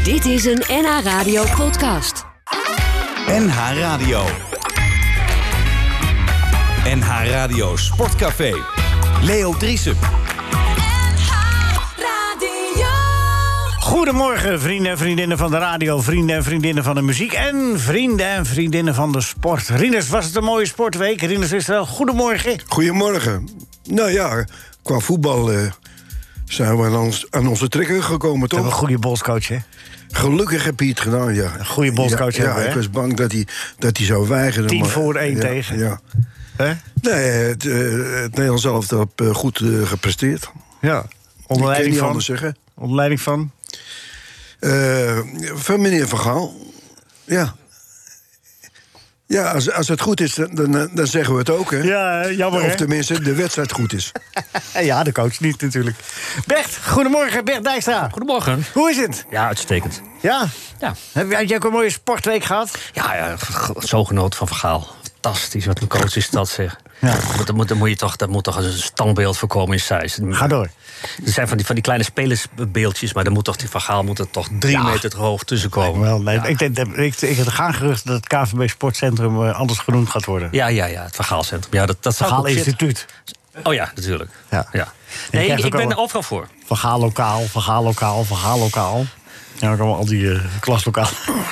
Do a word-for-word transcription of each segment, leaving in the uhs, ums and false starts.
Dit is een N H Radio podcast. N H Radio. N H Radio Sportcafé. Leo Driessen. Goedemorgen, vrienden en vriendinnen van de radio, vrienden en vriendinnen van de muziek en vrienden en vriendinnen van de sport. Rinus, was het een mooie sportweek? Rinus Israël, goedemorgen. Goedemorgen. Nou ja, qua voetbal uh, zijn we aan, ons, aan onze trekker gekomen, toch? We hebben een goede bondscoach, hè? Gelukkig heb je het gedaan, ja. Een goede bondscoach ja, hebben, ja, hè? ik was bang dat hij, dat hij zou weigeren. Tien maar, voor één ja, tegen. Ja. Hè? Nee, het, uh, het Nederlands elftal heeft uh, goed uh, gepresteerd. Ja. Onder Ik kan leiding niet van? anders zeggen. Onder leiding van? Uh, van meneer Van Gaal. Ja. Ja, als, als het goed is, dan, dan zeggen we het ook, hè? Ja, jammer, Of hè? tenminste, de wedstrijd goed is. Ja, de coach niet natuurlijk. Bert, goedemorgen, Bert Dijkstra. Goedemorgen. Hoe is het? Ja, uitstekend. Ja? Ja, Heb jij ook een mooie sportweek gehad? ja, ja zo genoten van Van Gaal. Fantastisch, wat een coach is dat, zeg. Ja. Dat, moet, dat, moet je toch, dat moet toch als een standbeeld voorkomen in Zeist. Ga door. Er zijn van die, van die kleine spelersbeeldjes, maar dan moet toch die Van Gaal moet er toch drie Ja. meter te hoog tussen komen. Wel, nee, ja. ik, denk, ik, ik, ik heb gaan gerucht dat het K V B Sportcentrum uh, anders genoemd gaat worden. ja, ja, ja, het Van Gaal Centrum. Ja, dat, dat Van zou Gaal ook zitten. Instituut. Oh ja, natuurlijk. Ja. Ja. Je Nee, krijgt ik, ik ook ben al- er overal voor. Van Gaal lokaal, Van Gaal lokaal, Van Gaal lokaal. Ja, dan komen al die uh, klaslokaal.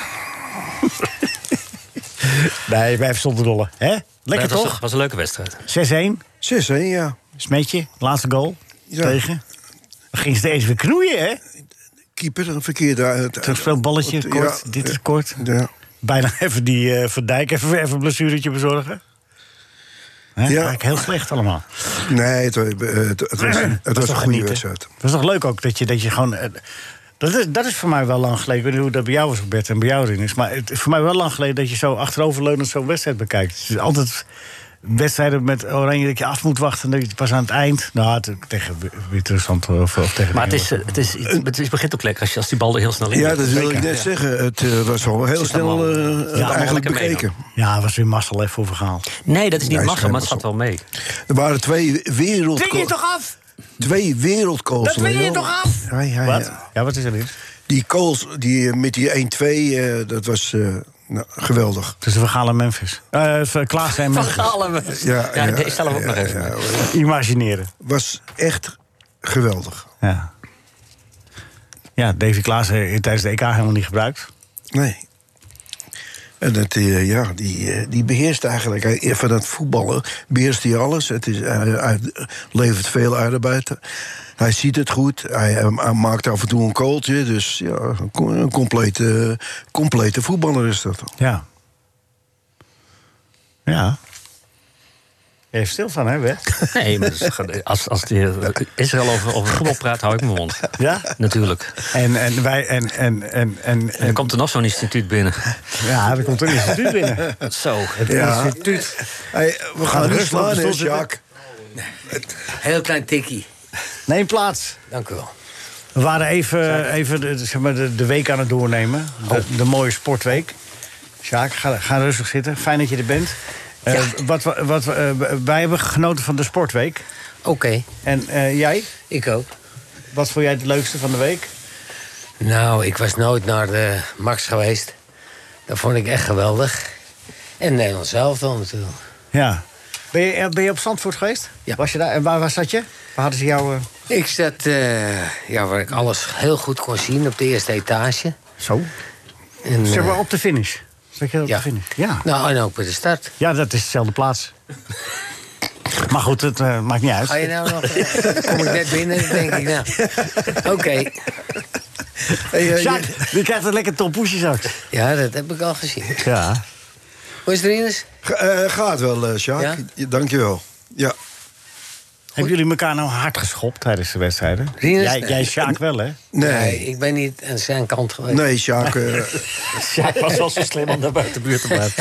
Nee, blijf zonder dolle. Hè? Lekker dat was, toch? was een leuke wedstrijd. zes één. zes één, ja. Smetje, laatste goal. Ja. Tegen. Dan ging ze eens weer knoeien, hè? Keeper, een verkeerde uit. Terugspeeld balletje, Ja, kort. ja, Dit is ja. kort. Ja. Bijna even die uh, Van Dijk even, even een blessuretje bezorgen. Hè? Ja. Eigenlijk heel slecht allemaal. Nee, het, het, het, het was, het was toch een goede genieten? wedstrijd. Het was toch leuk ook dat je, dat je gewoon... eh, Dat is, dat is voor mij wel lang geleden. Ik weet niet hoe dat bij jou was, Bert, en bij jou erin is. Maar het is voor mij wel lang geleden dat je zo achteroverleunend zo'n wedstrijd bekijkt. Het is altijd wedstrijden met Oranje dat je af moet wachten. Dat je pas aan het eind... Nou, het- tegen Wit-Rusland of, of tegen... Maar het, is, eh, het, is, het is begint ook lekker als, je, als die bal er heel snel in Ja, gaat. dat wil ik Zeker, net ja. zeggen. Het uh, was al heel Zit snel allemaal- uh, allemaal eigenlijk lekker mee bekeken. Ja, het was weer mazzel hè, voor Vergaal. Nee, dat is niet Nee, massa, maar het schijn zat wel mee. Er waren twee Dwing je wereldgoals. toch af? Twee wereldgoals. Dat dwing je Leo. toch af? Ja, ja, Wat? ja. Ja, wat is er nu? Die goals die, uh, met die één twee, uh, dat was uh, nou, geweldig. Tussen Vergaal en Memphis. Eh uh, Klaas en Memphis. Ja, Ja, ja, ik stel hem ook nog ja, even. ja, Imagineren. was echt geweldig. Ja. Ja, Davy Klaas heeft tijdens de E K helemaal niet gebruikt. Nee. En dat, uh, ja, die, uh, die beheerst eigenlijk, hij, van dat voetballen beheerst hij alles. Het is, hij, hij levert veel uit buiten. Hij ziet het goed, hij, hij maakt af en toe een kooltje. Dus ja, een, co- een complete, complete voetballer is dat. Ja. Ja. Even stil van, hè, Bert? Nee, maar dat is- als, als die Israël over, over voetbal praat, hou ik mijn mond. Ja? Natuurlijk. En, en wij... En, en, en, en, En dan komt er nog zo'n instituut binnen. ja, er komt een instituut binnen. Zo. Het Ja. instituut. Hey, we gaan Gaat nu rustig op de slaan, hè, stoel Jacques? Heel klein tikkie. Neem plaats. Dank u wel. We waren even, even de, zeg maar de, de week aan het doornemen. De, de mooie sportweek. Sjaak, ga, ga rustig zitten. Fijn dat je er bent. Uh, Ja. wat, we- wat, we, uh, wij hebben genoten van de sportweek. Oké, En uh, jij? ik ook. Wat vond jij het leukste van de week? Nou, ik was nooit naar de Max geweest. Dat vond ik echt geweldig. En Nederland zelf dan natuurlijk. Ja. Ben je, ben je op Zandvoort geweest? Ja. Was je daar? En waar, waar zat je? Waar hadden ze jou... Uh... Ik zat, eh, ja, waar ik alles heel goed kon zien op de eerste etage. Zo? En, Zeg maar eh, op de finish. Zeg je op ja. de finish? Ja. Nou, en ook bij de start. Ja, dat is dezelfde plaats. Maar goed, het uh, maakt niet uit. Ga je nou nog... eh, kom ik net binnen, dan denk ik, nou... Oké, Hey, uh, Sjaak, je krijgt een lekker tompoesje straks. ja, dat heb ik al gezien. Ja. Hoe is het, Rinus? Ga- eh, gaat wel, uh, Jacques. Ja? Dank je wel. Ja. Hebben jullie elkaar nou hard geschopt tijdens de wedstrijden? Rinus, Jij, nee. jij Sjaak wel, hè? Nee, Nee, ik ben niet aan zijn kant geweest. nee, Jacques. uh, Sjaak was wel zo slim om daar buiten de buurt te blijven.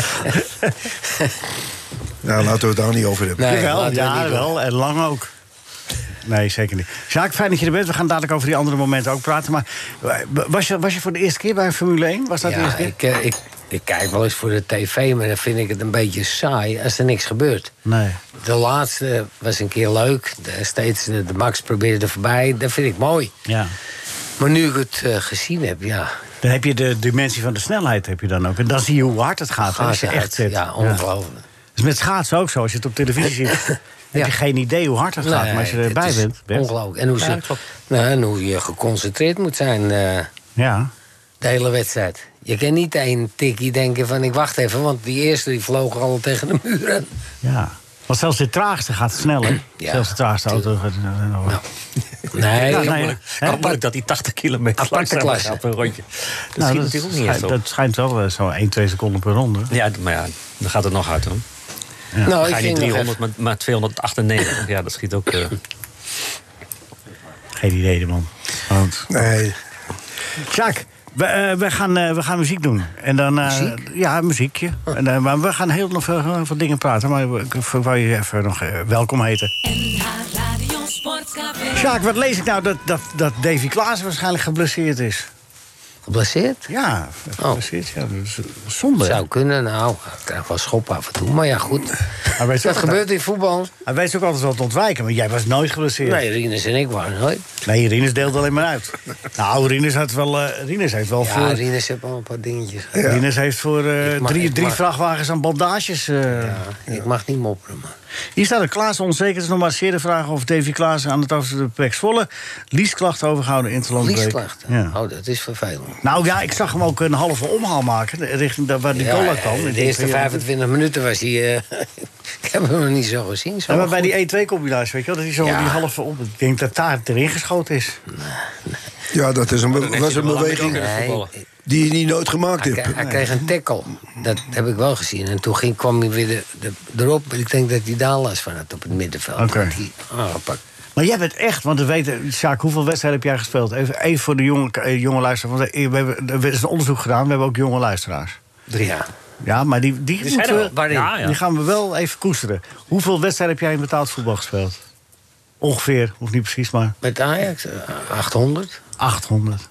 nou, laten we het daar niet over hebben. Nee, Jawel, laten we ja, niet doen. wel. En lang ook. Nee, zeker niet. Sjaak, fijn dat je er bent. We gaan dadelijk over die andere momenten ook praten. Maar was je, was je voor de eerste keer bij Formule één? Was dat de Ja, eerste keer? ik, eh, ik, ik kijk wel eens voor de tv, maar dan vind ik het een beetje saai als er niks gebeurt. Nee. De laatste was een keer leuk. De, steeds de, de Max probeerde er voorbij. Dat vind ik mooi. Ja. Maar nu ik het uh, gezien heb, ja. Dan heb je de dimensie van de snelheid heb je dan ook. En dan zie je hoe hard het gaat. Gaat Als je het echt zit. Ja, ongelooflijk. Dus met schaatsen ook zo. Als je het op televisie ziet, heb Ja. je geen idee hoe hard het gaat. Nee, maar als je het erbij is bent... Bert. Ongelooflijk. En hoe, Ja, ze, klopt. nou, en hoe je geconcentreerd moet zijn uh, Ja. de hele wedstrijd. Je kan niet één tikkie denken van ik wacht even... want die eerste die vlogen al tegen de muur aan. Ja. Want zelfs de traagste gaat sneller. Ja, zelfs de traagste auto gaat... Nou. Nee, Ja, ja, nee, Moeilijk. hè? Kan moeilijk dat die tachtig kilometer Aparte langzamer klasse. gaat op een rondje. Dat Nou, schiet dat, natuurlijk ook niet schijnt, echt op. dat schijnt wel eh, zo één, twee seconden per ronde. Ja, d- maar ja, dan gaat het nog hard hoor. Ja. Nou, ik Ga je ging niet nog driehonderd, maar, maar tweehonderdachtennegentig. Ja, dat schiet ook... Uh... Geen idee, man. Want, Nee, Sjaak, we, eh, we, gaan, eh, we gaan muziek doen. En dan, eh, Muziek? Ja, muziekje. En, eh, maar we gaan heel nog veel, heel veel dingen praten. Maar ik ik wou je even nog eh, welkom heten. N H Radio Sportcafé. Sjaak, wat lees ik nou? Dat, dat, dat Davy Klaassen waarschijnlijk geblesseerd is. geblesseerd? Ja, Oh. geblesseerd. Ja, dus zonde. Zou kunnen, nou, ik krijg wel schop af en toe. Maar ja, goed. Hij weet, Dat ook, gebeurt in voetbal. hij weet ook altijd wel te ontwijken. Maar jij was nooit geblesseerd. Nee, Rinus en ik waren nooit. Nee, Rinus deelde alleen maar uit. Nou, Rinus, had wel, uh, Rinus heeft wel Ja, voor... Rinus heeft al een paar dingetjes. Rinus heeft voor uh, Ik mag- drie, ik drie mag- vrachtwagens aan bandages. Uh. Ja, ik mag niet mopperen, man. Hier staat er Klaassen onzeker. Het is nog maar zeer de vraag of Davy Klaassen aan het over de P E C Zwolle liesklachten overgehouden in te land bleek. Liesklachten? Ja. Oh, dat is vervelend. Nou ja, ik zag hem ook een halve omhaal maken richting daar waar die goal uit kwam. de Ik denk eerste van, ja, vijfentwintig minuten was hij... Uh, ik heb hem nog niet zo gezien. Zo Ja, maar bij goed. die één twee combinatie, weet je wel, dat hij zo Ja. die halve op. Ik denk dat daar erin geschoten is. ja, dat is een, Dan heeft was hij een er wel aan beweging mee Nee, voetballen. die je niet nooit gemaakt hij, hebt. hij kreeg een tackle. Dat heb ik wel gezien. En toen ging, kwam hij weer de, de, erop. Ik denk dat hij daar last van had op het middenveld. Oké. Dat hij aangepakt. Maar jij bent echt, want we weten, Sjaak, hoeveel wedstrijden heb jij gespeeld? Even, even voor de jonge, eh, jonge luisteraars. Want eh, we hebben, er is een onderzoek gedaan, we hebben ook jonge luisteraars. Drie jaar. Ja, maar die, die, Die zijn moeten er we- wel. Waarin? Ja, ja. die gaan we wel even koesteren. Hoeveel wedstrijden heb jij in betaald voetbal gespeeld? Ongeveer, hoeft niet precies, maar Met Ajax, eh, achthonderd. achthonderd.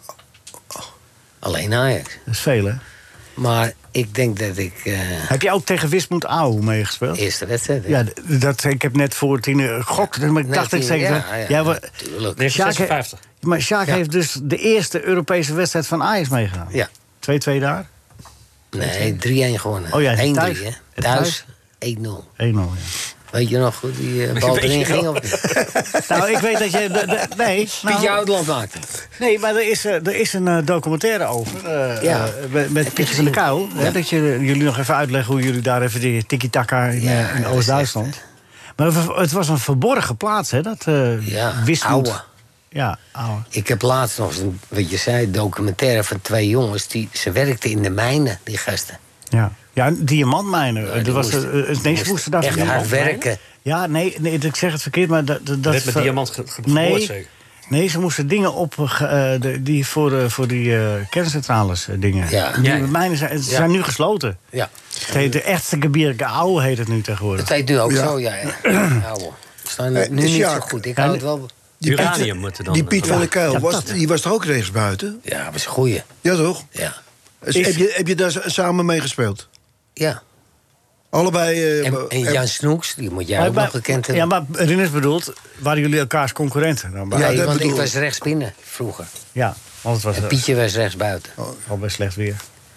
Alleen Ajax. Dat is veel, hè? Maar ik denk dat ik... eh Heb jij ook tegen Wismut Auw meegespeeld? eerste wedstrijd... hè? Ja, d- dat, ik heb net voor tien uur gegokt, maar ik Nee, dacht ik tien- zeker... ja, ja, jij wa- natuurlijk. Sjaak, negenhonderdzesenvijftig. maar Sjaak Ja. heeft dus de eerste Europese wedstrijd van Ajax meegedaan. Ja. twee twee daar, Nee, drie-één gewonnen. Oh ja, één thuis. drie, hè? En Thuis, thuis? één nul. één nul, ja. Weet je nog hoe die eh, bal Weet je erin ging? nog? Of niet? Nou, ik weet dat je... de- de- nee, nou, Pietje Oudland maakte. nee, maar er is, eh, er is een eh, documentaire over. eh, Ja. eh, met met Pietje van der Kuil. Hè, dat je, jullie nog even uitleggen hoe jullie daar even die tiki-taka in, Ja, eh, in dat is Oost-Duitsland. Maar het was een verborgen plaats, hè? Dat eh Ja, Wismut. ouwe. Ja, ouwe. Ik heb laatst nog eens een, wat je zei, documentaire van twee jongens. Die, ze werkten in de mijnen, die gasten. Ja, ja een diamantmijnen. Ja, Er die was, moesten- eh, eh, nee, ze moesten daar echt hard werken. Ja, nee, nee, ik zeg het verkeerd, maar dat... dat Dat met is- diamant ge- ge- nee, geboord zeker. nee, ze moesten dingen op... eh, de, die voor, eh, voor die eh, kerncentrales eh, dingen. Ja. Die Ja, ja. mijnen zijn, ze Ja. zijn nu gesloten. Ja. Het heet de echte Gebirge Aue heet het nu tegenwoordig. Dat heet nu ook Ja. zo, ja. ja. Ouwe. We staan Eh, nu niet Sjaak. zo goed. Ik Ja, hou het wel... Die Uranium Piet, moet er dan, die Piet eh, van der Kuil, ja, was, dat, ja. die was toch ook rechtsbuiten? Ja, dat is een goeie. Ja, toch? Ja. Dus Is- heb, je, heb je daar s- samen mee gespeeld? Ja. Allebei... eh, En, en Jan Snoeks, die moet jij ook Maar- nog gekend ja, hebben. maar Rinus bedoelt, waren jullie elkaars concurrenten? Dan? Ja, nee, dat want ik bedoel was rechts binnen vroeger. ja, want het was En eh, Pietje was rechts buiten. al best slecht weer.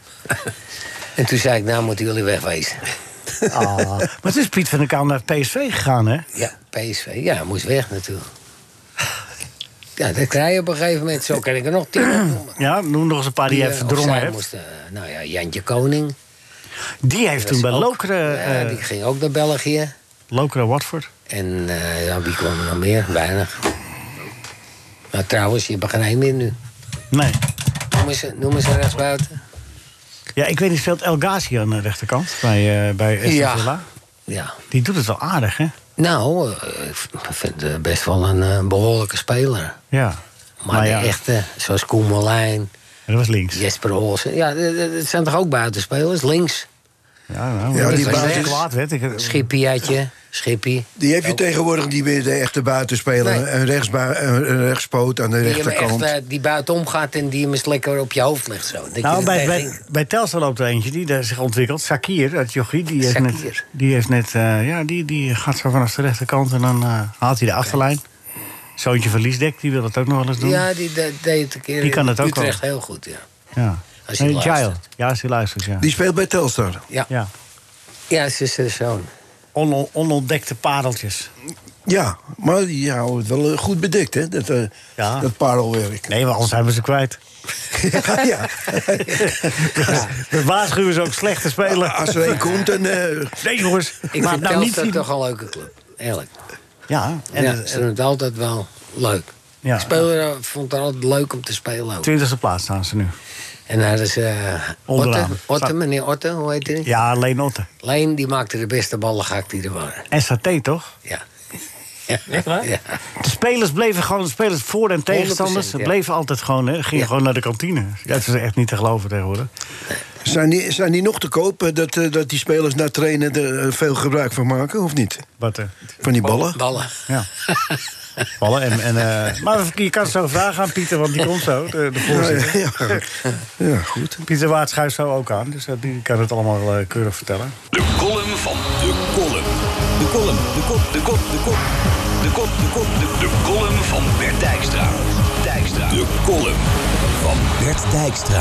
En toen zei ik, nou moeten jullie wegwezen. Ah, maar het is Piet van der Kuil naar P S V gegaan, hè? Ja, P S V. Ja, moest weg natuurlijk. Ja, dat krijg je op een gegeven moment. Zo kan ik er nog tien opnoemen. Ja, noem nog eens een paar die je eh, even of verdrongen zij hebt. moesten, eh, nou ja, Jantje Koning. Die heeft toen bij was ook- Lokeren, Ja, eh die ging ook naar België. Lokeren Watford. En eh, ja, wie kwam er nog meer? Weinig. Nou, trouwens, je hebt er geen één meer nu. Nee. Noem eens, noem eens een rechtsbuiten. Ja, ik weet niet, speelt El Ghazi aan de rechterkant bij, eh bij Aston Ja. Villa? Ja. Die doet het wel aardig, hè? Nou, eh, ik vind het best wel een eh, behoorlijke speler. Ja. Maar, de ja, echte, zoals Koen Molijn, dat was links. Jesper Olsen. Ja, het zijn toch ook buitenspelers? Links. Ja, nou, Ja, ja, die die basis- kwaad werd. Ik, Schippie had je. Schippie. Die heb je Ook. tegenwoordig die weer de echte buitenspeler. Nee. Een, rechtsbui, een een rechtspoot aan de Die, hem rechterkant. echt, eh, die buitenom gaat en die hem eens lekker op je hoofd legt. Zo. Dat je nou, er bij, tegen- bij, bij Telstar loopt er eentje die daar zich ontwikkelt. Sakir uit Jochie. Die heeft net, Sakir. die, heeft net eh, ja, die, die gaat zo vanaf de rechterkant en dan eh, haalt hij de achterlijn. Zoontje van Liesdek, die wil het ook nog wel eens doen. Ja, die de- deed het een keer Die kan het in ook Utrecht wel. heel goed, ja. Ja. Als hij Nee, luistert. Jail. Ja, als hij luistert, ja. Die speelt bij Telstar. Ja, ja. ja. ze is zijn zoon. On- onontdekte pareltjes. Ja, maar die houden het wel eh, goed bedekt, hè? Dat, eh, Ja. dat parelwerk. Nee, maar anders hebben we ze kwijt. ja, ja. De waarschuwen is ook slecht te spelen. Als er één komt, dan... eh, Nee, jongens. Ik maar vind nou niet Telstar zien. toch een leuke club. Eerlijk. Ja, en Ja, de- ze doen het altijd wel leuk. Ja. Ik speelde, vond het altijd leuk om te spelen ook. twintigste plaats staan ze nu. En daar is uh, Onderaan. Otte, Otte, meneer Otte, hoe heet hij? Ja, alleen Otte. Leen, die maakte de beste ballengaak die er waren. S H T, toch? Ja. Ja. Echt waar? Ja. De spelers bleven gewoon, de spelers voor- en tegenstanders, ze ja. bleven altijd gewoon, hè, gingen Ja. gewoon naar de kantine. Ja, het is echt niet te geloven tegenwoordig. zijn, die, zijn die nog te koop, eh, dat, eh, dat die spelers na trainen er eh, veel gebruik van maken, of niet? Wat, eh, Van die ballen? Ballen. ja. Ballen en, en, eh, maar je kan het zo vragen aan Pieter, want die komt zo, de, de Ja, voorzitter. ja, ja. Ja, goed. Pieter Waard schuift zo ook aan, dus eh, die kan het allemaal eh, keurig vertellen. De column van de column. De column, de kop, de kop, de kop. De kop, de kop, de, de column van Bert Dijkstra. Dijkstra. De column van Bert Dijkstra.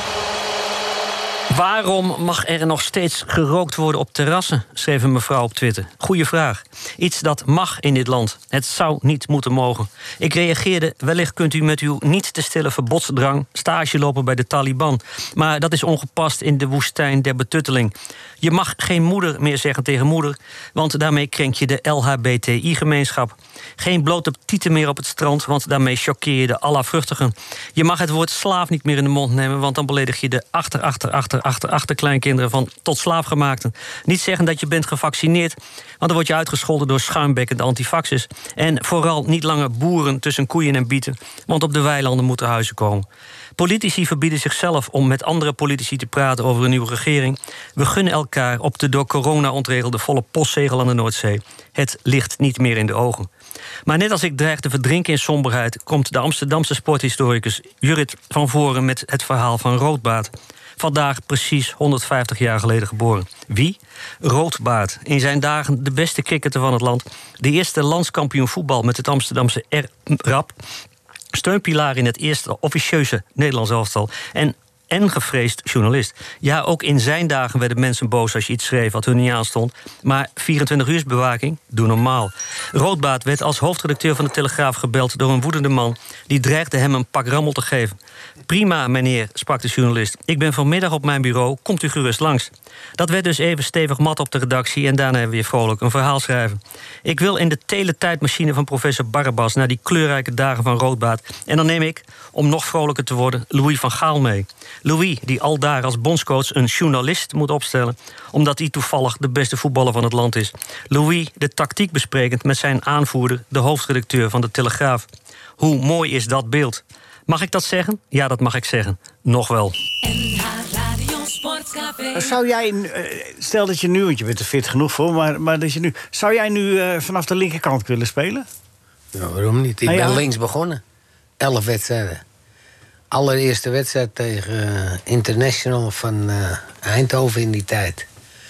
Waarom mag er nog steeds gerookt worden op terrassen? Schreef een mevrouw op Twitter. Goeie vraag. Iets dat mag in dit land. Het zou niet moeten mogen. Ik reageerde, wellicht kunt u met uw niet te stille verbodsdrang stage lopen bij de Taliban. Maar dat is ongepast in de woestijn der betutteling. Je mag geen moeder meer zeggen tegen moeder, want daarmee krenk je de L H B T I-gemeenschap. Geen blote tieten meer op het strand, want daarmee choqueer je de allervruchtigen. Je mag het woord slaaf niet meer in de mond nemen, want dan beledig je de achter, achter, achter, achter, achterkleinkinderen van tot slaafgemaakten. Niet zeggen dat je bent gevaccineerd, want dan word je uitgescholden door schuimbekkende antivaxers. En vooral niet langer boeren tussen koeien en bieten, want op de weilanden moeten huizen komen. Politici verbieden zichzelf om met andere politici te praten over een nieuwe regering. We gunnen elkaar op de door corona ontregelde volle postzegel aan de Noordzee. Het ligt niet meer in de ogen. Maar net als ik dreig te verdrinken in somberheid, komt de Amsterdamse sporthistoricus Jurrit van Voren met het verhaal van Roodbaard. Vandaag precies honderdvijftig jaar geleden geboren. Wie? Roodbaard. In zijn dagen de beste cricketer van het land. De eerste landskampioen voetbal met het Amsterdamse R A P. Steunpilaar in het eerste officieuze Nederlands elftal. En en gevreesd journalist. Ja, ook in zijn dagen werden mensen boos als je iets schreef wat hun niet aanstond. Maar vierentwintig uursbewaking? Doe normaal. Roodbaard werd als hoofdredacteur van de Telegraaf gebeld door een woedende man die dreigde hem een pak rammel te geven. Prima, meneer, sprak de journalist. Ik ben vanmiddag op mijn bureau, komt u gerust langs. Dat werd dus even stevig mat op de redactie en daarna weer vrolijk een verhaal schrijven. Ik wil in de teletijdmachine van professor Barabbas naar die kleurrijke dagen van Roodbaard. En dan neem ik, om nog vrolijker te worden, Louis van Gaal mee. Louis, die aldaar als bondscoach een journalist moet opstellen, omdat hij toevallig de beste voetballer van het land is. Louis, de tactiek besprekend met zijn aanvoerder, de hoofdredacteur van de Telegraaf. Hoe mooi is dat beeld? Mag ik dat zeggen? Ja, dat mag ik zeggen. Nog wel. N H Radio Sportcafé. Zou jij, eh, stel dat je nu, want je bent er fit genoeg voor, maar, maar dat je nu, zou jij nu eh, vanaf de linkerkant willen spelen? Ja, waarom niet? Ik Nou ja. ben links begonnen. Elf wedstrijden. Allereerste wedstrijd tegen eh, International van eh, Eindhoven in die tijd.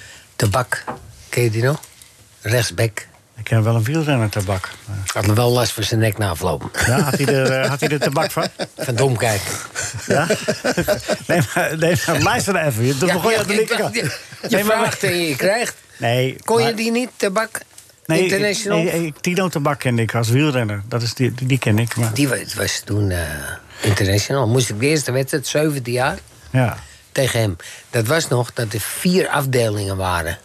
Tabak, ken je die nog? Rechtsback. Ik ken wel een wielrenner tabak. Maar- Had er wel last van zijn nek na aflopen. Ja, had hij er, eh, had hij er tabak van? Van domkijken. Ja? Nee, maar, nee, maar luister nou even. Je begon je aan de linkerkant. Je, je Nee, maar- vraagt en je krijgt. Nee, Kon je maar- die niet, Tabak? nee, International? Nee, nee, Tino Tabak kende ik als wielrenner. Dat is die, die, die ken ik. Maar, Die was, was toen eh, International. Moest ik de eerste wedstrijd, zeventien jaar, ja. tegen hem. Dat was nog dat er vier afdelingen waren.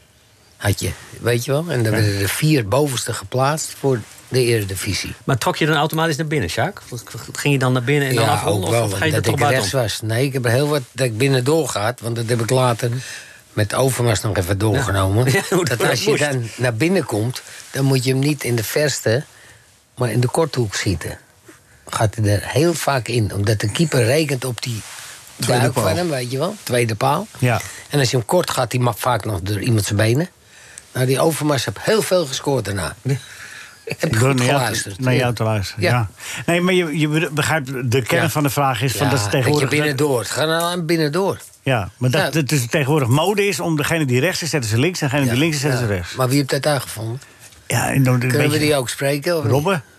Had je, weet je wel? En dan werden er vier bovenste geplaatst voor de Eredivisie. Maar trok je dan automatisch naar binnen, Sjaak? Ging je dan naar binnen en dan Ja, afronden? ook wel, Of, of ga je er dat toch ik buiten? rechts was. Nee, ik heb er heel wat dat ik binnen doorgaat. Want dat heb ik later met Overmars nog even doorgenomen. Ja, hoe dat dat als je moest. dan naar binnen komt, dan moet je hem niet in de verste, maar in de korthoek schieten. Gaat hij er heel vaak in. Omdat de keeper rekent op die Tweede duik paal. van hem, weet je wel. Tweede paal. Ja. En als je hem kort gaat, die mag vaak nog door iemand zijn benen. Nou, die Overmars heeft heel veel gescoord daarna. Heb ik Door goed naar jou- geluisterd. Naar jou te luisteren, ja. Ja. Nee, maar je, je begrijpt, de kern Ja. van de vraag is... Van Ja, dat ze tegenwoordig, dat je binnendoor. Het gaat nou binnendoor. Ja, maar dat Ja. het dus tegenwoordig mode is om degene die rechts is, zetten ze links... en degene die links is, zetten Ja. ze rechts. Maar wie heeft dat uitgevonden? Ja, en dan een Kunnen beetje, we die ook spreken? Of niet? Robben?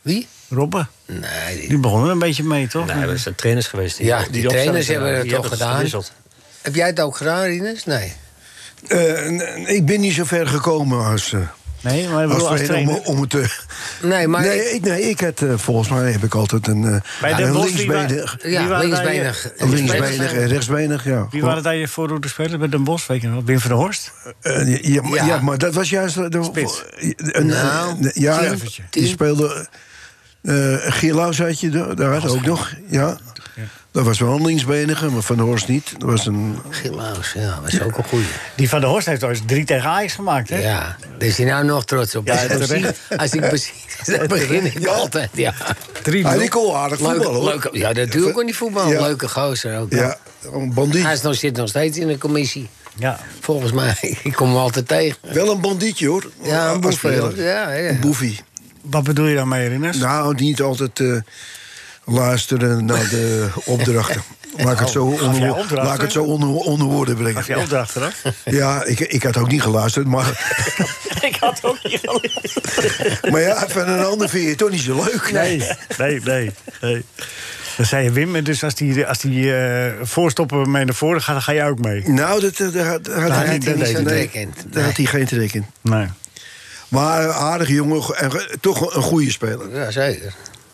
Wie? Robben. Nee, die... Die begonnen een beetje mee, toch? Nee, we zijn trainers geweest. Die, Ja, die, die trainers opstelling, hebben het die toch hebben gedaan. gewisseld. Heb jij het ook gedaan, Rinus? Nee. Uh, ik ben niet zo ver gekomen als, uh, nee, maar ik als, bedoel, als trainer om, trainer. om het te... Nee, maar... Nee, ik, nee, ik had, uh, volgens mij heb ik altijd een, uh, Bij ja, Den een Bosch, linksbenig... wie wa- Ja, waren linksbenig. Een linksbenig en rechtsbenig, ja. Wie waren daar je voorhoede spelers bij Den Bosch? Weet je nog? Wim van der Horst? Uh, ja, ja, maar, Ja. ja, maar dat was juist... De, Spits. Een, Nou, een- ja, tien, die tien. speelde... Uh, Geerlaus had je daar, daar ook nog, ja. Dat was wel een linksbenige, maar Van der Horst niet. Dat was een... Gillaus, ja, was ook een goeie. Die van der Horst heeft ooit drie tegen Ajax gemaakt, hè? Ja, daar is hij nou nog trots op. Ja, Als ik hem terecht. zie, als ik hem zie, dan begin ik altijd, ja. Drie Hij die kon aardig Leuke, voetballen, hoor. leuke, ja, natuurlijk kon die voetbal. Ja. Leuke gozer ook. Ja, een bandiet. Hij is nog, zit nog steeds in de commissie. Ja. Volgens mij, ik kom hem altijd tegen. Wel een bandietje, hoor. Ja, een Als boefie. speler. hoor. Ja, ja. Een boefie. Wat bedoel je daarmee, Rinus? Nou, niet altijd uh, luisteren naar de opdrachten. Laat ik het zo Gaf jij onder, opdrachten? laat ik het zo onder, onder woorden brengen. Als je opdrachten had? Ja, ik, ik had ook niet geluisterd, maar, Ik had ook niet geluisterd. maar ja, van een ander vind je het toch niet zo leuk. Nee, nee, nee. nee. Dan zei je Wim, dus als die, als die uh, voorstoppen mee naar voren gaat, dan ga je ook mee. Nou, dat, dat, dat, dat had hij had hij niet zo'n nee, trek in. Daar had hij geen trek in. Nee. Maar een aardige jongen en toch een goede speler. Ja, zeker.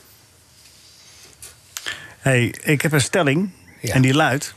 Hey, ik heb een stelling, Ja. en die luidt...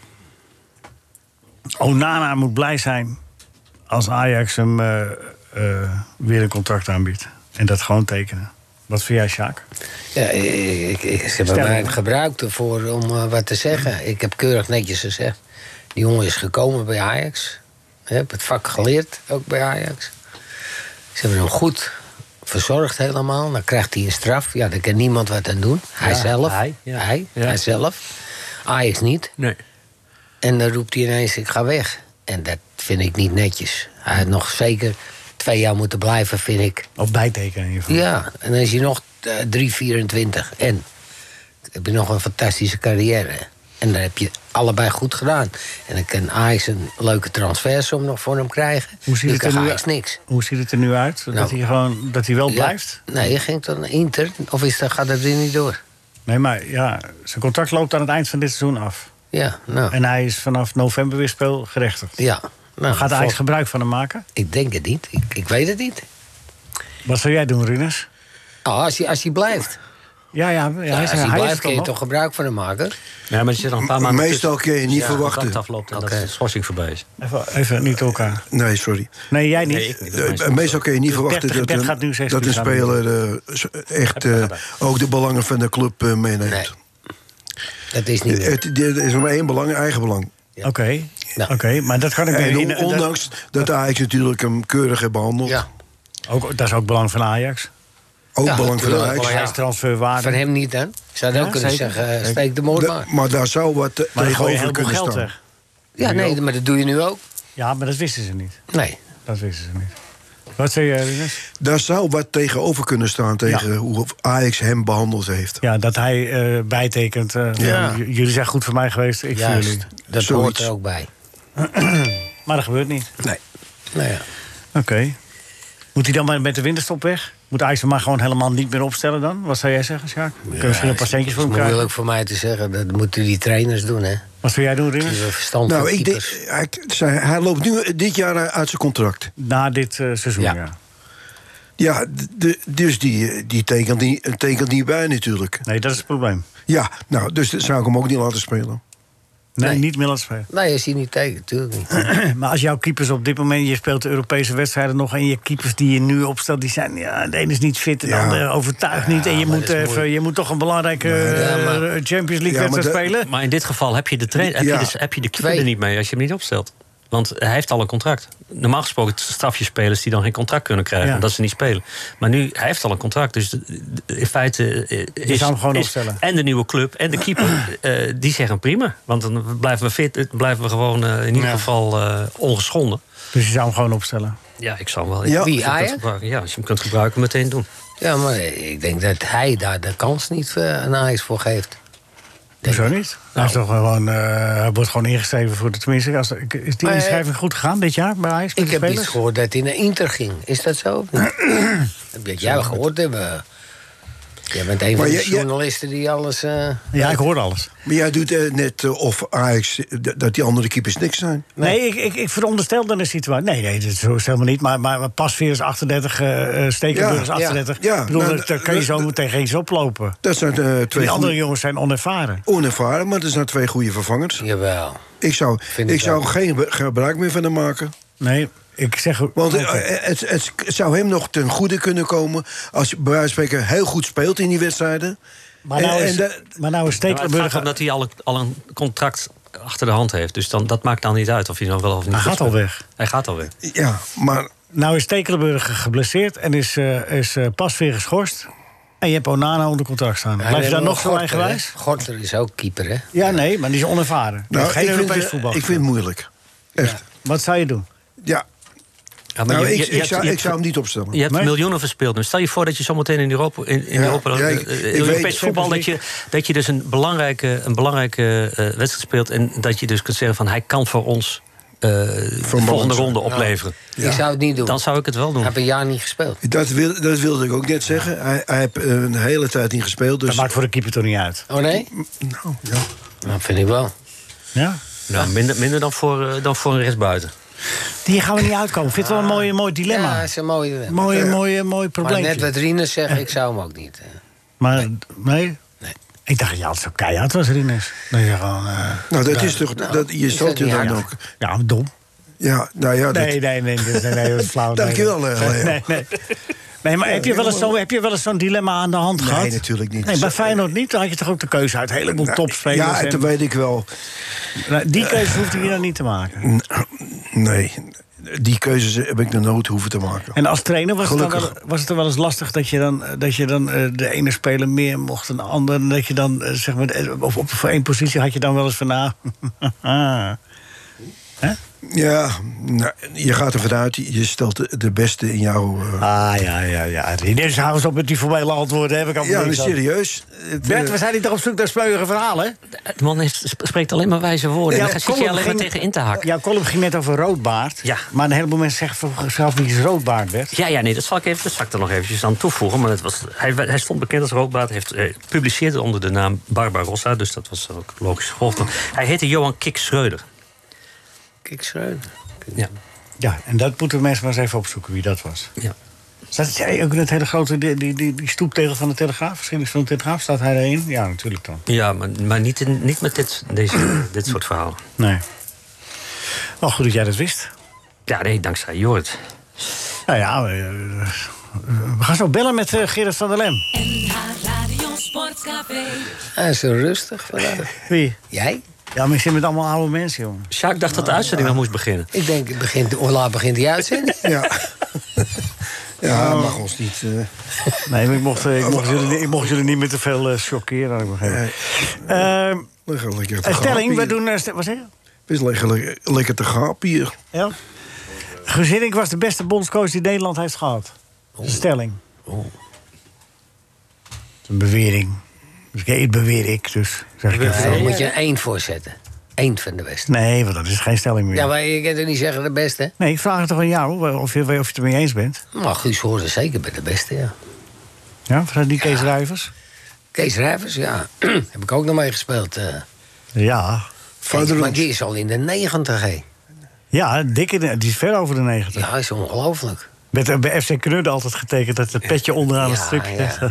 Onana moet blij zijn als Ajax hem uh, uh, weer een contract aanbiedt. En dat gewoon tekenen. Wat vind jij, Sjaak? Ja, ik, ik, ik, ze hebben Stelling. mij gebruikt ervoor om uh, wat te zeggen. Ik heb keurig netjes gezegd. Die jongen is gekomen bij Ajax. Ik heb het vak geleerd, ook bij Ajax. Ze hebben hem goed verzorgd helemaal. Dan krijgt hij een straf. Ja, daar kan niemand wat aan doen. Hij Ja, zelf. hij, ja. Hij, Ja. hij zelf. Ajax niet. Nee. En dan roept hij ineens, ik ga weg. En dat vind ik niet netjes. Hij had nog zeker twee jaar moeten blijven, vind ik. Of bijtekenen in ieder geval. Ja, en dan is hij nog uh, drie vierentwintig. En dan heb je nog een fantastische carrière. En dan heb je allebei goed gedaan. En dan kan Ajax een leuke transfersom nog voor hem krijgen. Hoe ziet Nu het er kan nu Ajax uit? niks. Hoe ziet het er nu uit? Dat, Nou. hij, gewoon, dat hij wel Ja. blijft? Nee, je ging dan naar Inter. Of is dat, gaat dat weer niet door? Nee, maar ja, zijn contract loopt aan het eind van dit seizoen af. Ja, nou. En hij is vanaf november weer speelgerechtigd. Ja. Nou, Gaat Ajax vol- gebruik van hem maken? Ik denk het niet. Ik, ik weet het niet. Wat zou jij doen, Rinus? Oh, als, hij, als hij blijft. Ja, ja, ja, Ja, hij, als hij, hij hij is blijft, het kun je toch toch nog? gebruik van hem maken? Ja, maar er zit nog een paar maanden Meestal tussen. kun je niet Ja, verwachten. contract afloopt en Oké. dat de schorsing voorbij is. Even, even niet elkaar. Nee, sorry. Nee, jij niet. Nee, ik niet. Uh, Dat is meestal kun je niet Dus verwachten Bert- dat Bert een, gaat nu zes dat een uur samen speler uh, echt uh, ook de belangen van de club uh, meeneemt. Nee. Dat is niet meer. Het, er is maar één belang, eigen belang. Oké, Ja. oké, maar dat kan ik me En herinneren. on- ondanks dat Ajax natuurlijk hem keurig heeft behandeld. Ja. Ook, dat is ook belang van Ajax. Ook Ja, belang voor natuurlijk. Ajax. Maar Hij ja. is transferwaarde. Van hem niet, hè? Ik zou dat Ja, ook kunnen zeker. zeggen, eh, steek de moord Da- maar. maar daar zou wat uh, Maar dan gooi je tegenover heel veel kunnen geld staan. weg. Ja, nee, maar dat doe je nu ook. Ja, maar dat wisten ze niet. Nee. Dat wisten ze niet. Wat zei je, Rinus? Daar zou wat tegenover kunnen staan tegen Ja. hoe Ajax hem behandeld heeft. Ja, dat hij eh, bijtekent. eh, Ja. j- Jullie zijn goed voor mij geweest, ik voor jullie. Juist. Dat Zoiets. hoort er ook bij. Maar dat gebeurt niet. Nee. Nou ja. Oké. Moet hij dan maar met de winterstop weg? Moet Ajax hem maar gewoon helemaal niet meer opstellen dan? Wat zou jij zeggen, Sjaak? Kun je misschien een paar centjes voor hem Het is krijgen? moeilijk voor mij te zeggen. Dat moeten die trainers doen, hè? Wat zou jij doen, Die Rinus? hebben verstand Nou, van ik denk, keepers. hij, zei- hij loopt nu dit jaar uit zijn contract. Na dit eh, seizoen, ja. Ja. Ja, d- d- dus die, die tekent, niet, tekent niet bij natuurlijk. Nee, dat is het probleem. Ja, nou, dus dat zou ik hem ook niet laten spelen. Nee, Nee. niet meer laten spelen. Nee, is hij niet tegen, natuurlijk niet. Maar als jouw keepers op dit moment... je speelt de Europese wedstrijden nog... en je keepers die je nu opstelt, die zijn... ja, de ene is niet fit, de Ja. andere overtuigt niet... en je maar moet, dat is even, moeilijk. je moet toch een belangrijke Ja, maar- eh, Champions League Ja, maar wedstrijd de- spelen. Maar in dit geval heb je de, train, heb je Ja. dus, heb je de keeper Twee. er niet mee als je hem niet opstelt. Want hij heeft al een contract. Normaal gesproken straf je spelers die dan geen contract kunnen krijgen... Ja. omdat ze niet spelen. Maar nu, hij heeft al een contract. Dus de- de- in feite eh, is, zou hem gewoon is- opstellen. en de nieuwe club en de keeper, eh, die zeggen prima. Want dan blijven we fit, eh, blijven we gewoon eh, in ieder Ja. geval eh, ongeschonden. Dus je zou hem gewoon opstellen. Ja, ik zou hem wel... Ja. als je Wie, hem kunt Ajax? gebruiken- Ja, als je hem kunt gebruiken, meteen doen. Ja, maar ik denk dat hij daar de kans niet uh, aan Ajax voor geeft. Hoezo niet? Hij, is toch gewoon, eh, hij wordt gewoon ingeschreven voor de... tenminste, als, is die Maar, inschrijving goed gegaan dit jaar bij Ajax? met Ik de heb spelers? iets gehoord dat hij naar Inter ging. Is dat zo? Of niet? Heb je jij gehoord hebben? Jij bent een van Maar de je- je- journalisten die alles... eh, Ja, ik hoor alles. Maar jij doet eh, net eh, of Ajax, eh, d- dat die andere keepers niks zijn. Nee, ik, ik, ik veronderstel dan een situatie. Nee, nee, dat is zo is helemaal niet. Maar, maar Pasveer is achtendertig, uh, Stekelenburg is Ja, achtendertig. ja. Ik bedoel, Nou, daar kan je dat- zo meteen geen eens oplopen. Dat zijn eh, twee Die andere goede- jongens zijn onervaren. onervaren, maar dat zijn twee goede vervangers. Jawel. Ik zou, Vind ik ik zou wel. geen be- gebruik meer van hem maken. Nee, ik zeg... Want eh, Oké. het, het zou hem nog ten goede kunnen komen... als je bij wijze van spreken heel goed speelt in die wedstrijden. Maar nou En- is, en de- maar nou is Ja, maar het Stekelenburg... gaat omdat hij al een, al een contract achter de hand heeft. Dus dan, dat maakt dan niet uit of hij nog wel of niet Hij goed gaat al speelt. weg. Hij gaat al weg. Ja, maar Nou is Stekelenburg geblesseerd en is, uh, is uh, Pasveer geschorst. En je hebt Onana onder contract staan. Ja, Blijf je en daar nog zo Gorter, eigenwijs? hè? Gorter is ook keeper, hè? Ja, nee, maar die is onervaren. Die nou, heeft geen ik, vind, Europees eh, voetbal. ik vind het moeilijk. Echt. Wat zou je doen? Ja. Ja, maar Nou, je- ik, je- je ik, hebt- zou, je ik hebt- zou hem niet opstellen. Je hebt Nee? miljoenen verspeeld. Dus stel je voor dat je zometeen in Europa, in, in Ja, Europa ja, eh, ik- eh, ik Europees weet- voetbal, dat je, dat je dus een belangrijke, een belangrijke eh, wedstrijd speelt. En dat je dus kunt zeggen van hij kan voor ons eh, de volgende balans. ronde opleveren. Ik zou het niet doen. Dan zou ik het wel doen. Hij heeft een jaar niet gespeeld. Dat, wil, dat wilde ik ook net zeggen. Hij, hij heeft eh, een hele tijd niet gespeeld. Dus Dat maakt voor de keeper toch niet uit? Oh nee? nou, ja. Dat vind ik wel. Ja? Nou, minder, minder dan, voor, eh, dan voor een rechtsbuiten. Die gaan we niet uitkomen. Ik vind het wel een mooi, mooi Ja, dilemma. dat is een mooie dilemma. Mooi, mooi, mooi Maar probleem. net wat Rinus zegt, ik zou hem ook niet. eh. Maar nee? Nee. Ik dacht dat je altijd zo keihard was, Rinus. Dat je gewoon... eh, Nou, dat is toch... Nou, dat, je is stelt dat je niet dan hard? ook... ja, dom. Ja, nou ja, dat, Nee, nee, nee. nee, nee, nee dat is flauw. Dankjewel, nee, eh, nee, Leo. nee, nee. Nee, maar heb je wel eens zo- heb je wel eens zo'n dilemma aan de hand Nee, gehad? natuurlijk niet. Nee, bij Feyenoord niet. Dan had je toch ook de keuze uit een heleboel topspelers. Ja, en- dat weet ik wel. Nou, die keuze hoefde je dan niet te maken. Nee, die keuzes heb ik nog nooit hoeven te maken. En als trainer was het, dan Gelukkig. wel, was het dan wel eens lastig dat je dan, dat je dan eh, de ene speler meer mocht dan de andere. En dat je dan, eh, zeg maar, eh, of op voor één positie had je dan wel eens van, nou... Hè? Ja, nou, je gaat er vanuit, je stelt de, de beste in jouw... eh, Ah, ja, ja, ja. Dus hou eens op met die formele antwoorden. Heb ik al ja, maar serieus. Het, Bert, eh, we zijn niet toch op zoek naar smeuïge verhalen? De man heeft, sp- spreekt alleen maar wijze woorden. Ja, Daar zit je column alleen maar ging- tegen in te hakken. Jouw column ging net over roodbaard. Ja. Maar een heleboel mensen zeggen voor zichzelf niet roodbaard, Bert. Ja, ja, nee, dat zal ik, even, dat zal ik er nog eventjes aan toevoegen. Maar het was, hij, hij stond bekend als roodbaard. Hij heeft, eh, publiceerde onder de naam Barbarossa. Dus dat was ook logisch gevolgd. Hij heette Johan Kik Schreuder. Kijk, Schreuder. Ja. Ja, en dat moeten mensen maar eens even opzoeken wie dat was. Ja. Staat hij ook in het hele grote, die, die, die, die stoeptegel van de Telegraaf? Geschiedenis van de Telegraaf, staat hij erin? Ja, natuurlijk dan. Ja, maar, maar niet, in, niet met dit, deze, dit soort verhalen. Nee. Wel goed dat jij dat wist. Ja, nee, dankzij Jorrit. Nou ja, we, eh, we gaan zo bellen met uh, Gerard van der Lem. N H Radio Sportcafé. Hij is zo rustig vandaag. Wie? Jij? Ja, maar ik zit met allemaal oude mensen, jongen. Sjaak dacht dat de uitzending nog moest beginnen. Ik denk, het begint, hoe laat begint die uitzending? Ja, ja mag ons niet... eh, Nee, maar ik mocht, eh, ik mocht, jullie, niet- ik mocht jullie niet meer te veel eh, chockeren, had ik begrepen. Nee. Ehm, we gaan lekker te een stelling, gapen we hier. doen... eh, st- wat zeg je? Het is lekker, lekker, lekker te gapen hier. Ja? Guus Hiddink was de beste bondscoach die Nederland heeft gehad. Dat is een stelling. Oh. Dat is een bewering. Dus ik beweer ik, dus zeg ik even. Daar moet je één voor zetten. Eén van de beste. Nee, want dat is geen stelling meer. Ja, maar je kan er niet zeggen de beste. Nee, ik vraag het toch aan jou, of je, of je het ermee eens bent. Maar Guus hoort er zeker bij de beste, ja. Ja, van die Kees Rijvers? Kees Rijvers, ja. Heb ik ook nog mee gespeeld. eh. Ja. Vader maar ons. die is al in de negentig, hè. Ja, dikke, die is ver over de negentig. Ja, is ongelooflijk. Met uh, bij F C Knudden altijd getekend dat het petje onderaan het Ja, stuk. ja.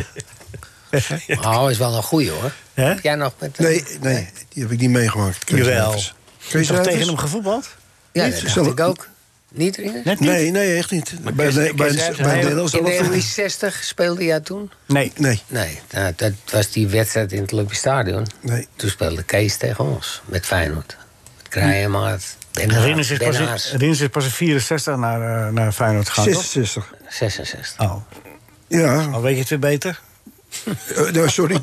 Oh, hij is wel een goeie, hoor. Hè? Heb jij nog met... Nee, nee, die heb ik niet meegemaakt. Kees Jawel. Rijvers. Heb Kees je toch tegen Rijvers? hem gevoetbald? Ja, niet? dat dacht Zal- ik ook. Niet, Rinus? Net niet? Nee, nee, echt niet. Bij, Kees- bij, bij, Kees bij Rijvers- het Nederlands In elftal negentien niet. zestig speelde jij toen? Nee. Nee, Nee, nou, dat was die wedstrijd in het Olympisch Stadion. nee. Toen speelde Kees tegen ons, met Feyenoord. Met Krijemaat, Ben Rinus is, Ben pas Haas, in- Rinus is pas in vierenzestig naar, uh, naar Feyenoord gegaan, toch? zesenzestig. zesenzestig. Oh. Ja, Al weet je het weer beter? eh, nou, sorry.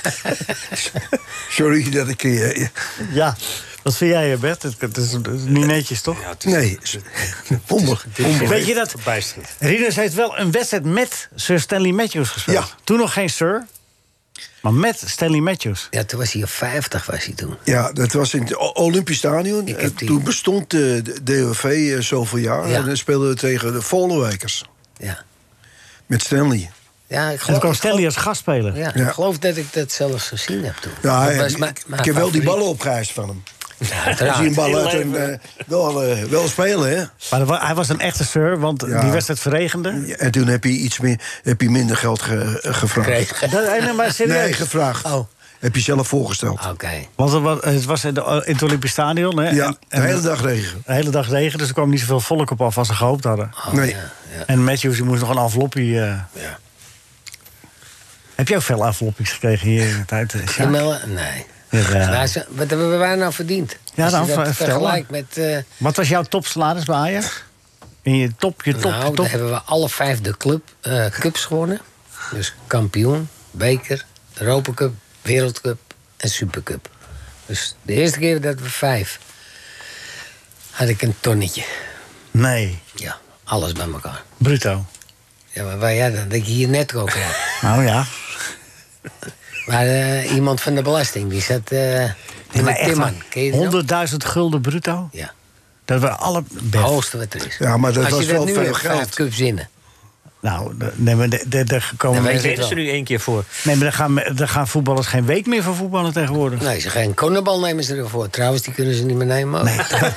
sorry dat ik... eh, Ja. Wat vind jij, Bert? Het, het, is, het is niet netjes, toch? nee, wonder. wonder. Weet je dat? Rinus heeft wel een wedstrijd met Sir Stanley Matthews gespeeld. Ja. Toen nog geen Sir, maar met Stanley Matthews. Ja, toen was hij op vijftig, was hij toen. Ja, dat was in het O- Olympisch Stadion. Ik heb die- Toen bestond de de D O V eh, zoveel jaar. Ja. En dan speelden we tegen de Vollenwijkers. Ja. Met Stanley. Ja, ik En geloof, toen kwam ik Stanley geloof- als gastspeler. Ja, Ja. ik geloof dat ik dat zelfs gezien heb toen. Ja, Dat en was ik, mijn- ik mijn heb wel die favoriet. ballen opgeëist van hem. Ja, Als uiteraard. hij een bal uit hem eh, wel, eh, wel spelen, hè? Maar dat wa- hij was een echte sir, want Ja. die wedstrijd verregende. En toen heb je iets meer, heb je minder geld ge- gevraagd. Kreeg. Dat, nee, maar serieus. Nee, gevraagd. Oh, Heb je zelf voorgesteld. oké. Want het was, het was in, de- in het Olympisch Stadion. Hè? Ja, En- de en hele dag regen. de hele dag regen, dus er kwam niet zoveel volk op af als ze gehoopt hadden. Oh, Nee. ja, ja. En Matthews die moest nog een enveloppie. eh Ja. Heb je ook veel enveloppies gekregen hier in de tijd? eh, Sjaak? Gemellen? Nee. Ja. Maar ze- wat hebben wij nou verdiend? Ja, Als je dan, dat vertel vergelijkt met... eh, Wat was jouw topsalaris bij Ajax? In je top, je top, nou, je dan top. hebben we alle vijf de club, eh, cups gewonnen. Dus kampioen, beker, Europa Cup, Wereldcup en Supercup. Dus de eerste keer dat we vijf... had ik een tonnetje. Nee, Ja, alles bij elkaar. bruto. Ja, maar waar jij dan? Dat je hier netto krijgt. Nou ja. Maar eh, iemand van de belasting, die zat eh in maar de echt Timman. waar, Ken je die nog? honderdduizend gulden bruto? Ja, Dat we alle het best. hoogste wat er is. Ja, maar dat Als was je dat wel nu veel hebt, geld. vijf cups winnen. Nou, de- nee, maar de- de- de komen Dan weet mensen- je Deden ze nu één keer voor. Nee, maar dan gaan, dan gaan voetballers geen week meer voor voetballen tegenwoordig. Nee, ze geen konenbal nemen ze ervoor. Trouwens, die kunnen ze niet meer nemen. ook.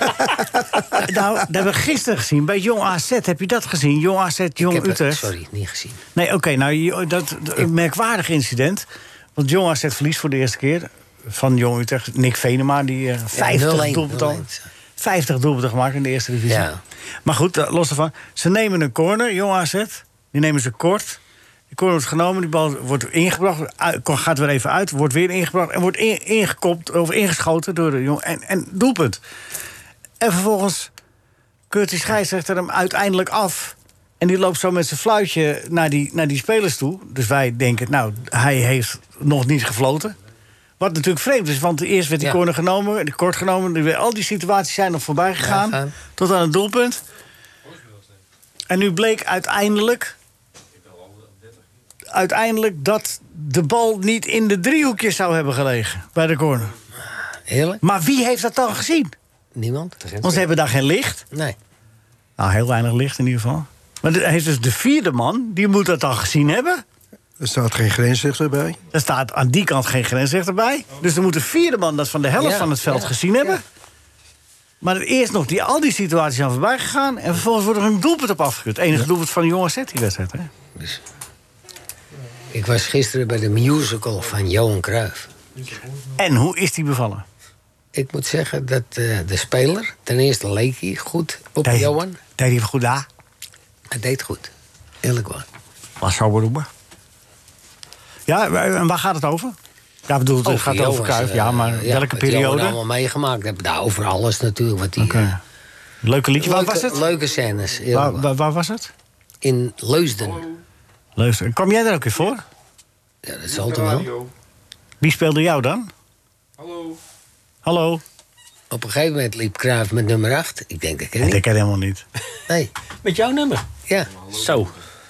Nou, dat hebben we gisteren gezien. Bij Jong A Z, heb je dat gezien? Jong A Z, Ik Jong heb het, Utrecht. sorry, niet gezien. Nee, oké, nou, je- dat, dat- een merkwaardig incident. Want Jong A Z verliest voor de eerste keer van Jong Utrecht. Nick Venema, die eh, vijftig nul-één, doelpunten nul-één. vijftig doelpunten gemaakt in de eerste divisie. Ja. Maar goed, eh, los ervan. Ze nemen een corner, Jong A Z. Die nemen ze kort. Die corner wordt genomen, die bal wordt ingebracht. uit- Gaat weer even uit, wordt weer ingebracht. En wordt in- ingekopt of ingeschoten door de Jong. En, en doelpunt. En vervolgens keurt die scheidsrechter hem uiteindelijk af. En die loopt zo met zijn fluitje naar die, naar die spelers toe. Dus wij denken, nou, hij heeft nog niet gefloten. Wat natuurlijk vreemd is, want eerst werd die Ja. corner genomen, die kort genomen. die- Al die situaties zijn nog voorbij gegaan. Ja, gaan. Tot aan het doelpunt. En nu bleek uiteindelijk... uiteindelijk dat de bal niet in de driehoekjes zou hebben gelegen bij de corner. Heerlijk. Maar wie heeft dat dan gezien? Niemand? Want ze hebben daar geen licht. Nee. Nou, heel weinig licht in ieder geval. Maar er heeft dus de vierde man, die moet dat dan gezien hebben. Er staat geen grensrechter bij. Er staat aan die kant geen grensrechter bij. Dus er moet de vierde man dat van de helft Ja, van het veld ja, gezien hebben. ja. Maar eerst nog, die, al die situaties zijn voorbij gegaan. En vervolgens wordt er een doelpunt op afgekeurd. Het enige doelpunt van de jonge set die wedstrijd. Hè? Dus. Ik was gisteren bij de musical van Johan Cruijff. En hoe is die bevallen? Ik moet zeggen dat eh, de speler, ten eerste leek hij goed op Deed- Johan. Deed hij goed na? Hij deed goed. Eerlijk waar. Was zo beroepen. Ja, en waar gaat het over? Ja, ik bedoel, het gaat Johan, over Cruijff. eh, Ja, maar welke wat Johan periode? allemaal meegemaakt heb. Nou, over alles natuurlijk. Wat die, Oké. eh, Leuke liedje. Waar leuke, was het? leuke scènes. eerlijk Waar, waar. waar, waar was het? In Leusden. Luister, kwam jij daar ook weer voor? Ja, dat zal toch wel. Wie speelde jou dan? Hallo. Hallo? Op een gegeven moment liep Cruijff met nummer acht. Ik denk, dat ken Nee, ik dat niet. ken ik helemaal niet. Nee, Met jouw nummer? ja. Zo.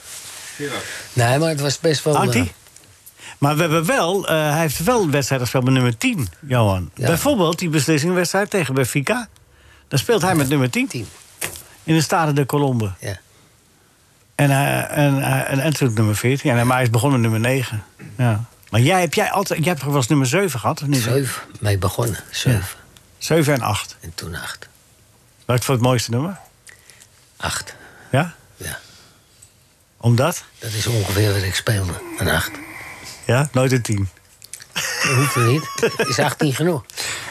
Nee, maar het was best wel... Hangt eh, hij? Maar we hebben wel, eh, hij heeft wel een wedstrijd gespeeld met nummer tien, Johan. Ja. Bijvoorbeeld die beslissingwedstrijd tegen Benfica. Daar speelt hij met nummer tien. tien. In de Stade de Colombe. Ja. En, hij en, hij- en, en natuurlijk nummer veertien. En, maar hij is begonnen met nummer negen. Ja. Maar jij, heb jij, altijd, jij hebt toch wel eens nummer zeven gehad? Of niet? Zeven mee begonnen. Zeven. zeven en acht. En toen acht. Welk voor het mooiste nummer? Acht. Ja? Ja. Omdat? Dat is ongeveer wat ik speelde. Een acht. Ja? Nooit een tien. Dat hoeft er niet. Is achttien genoeg.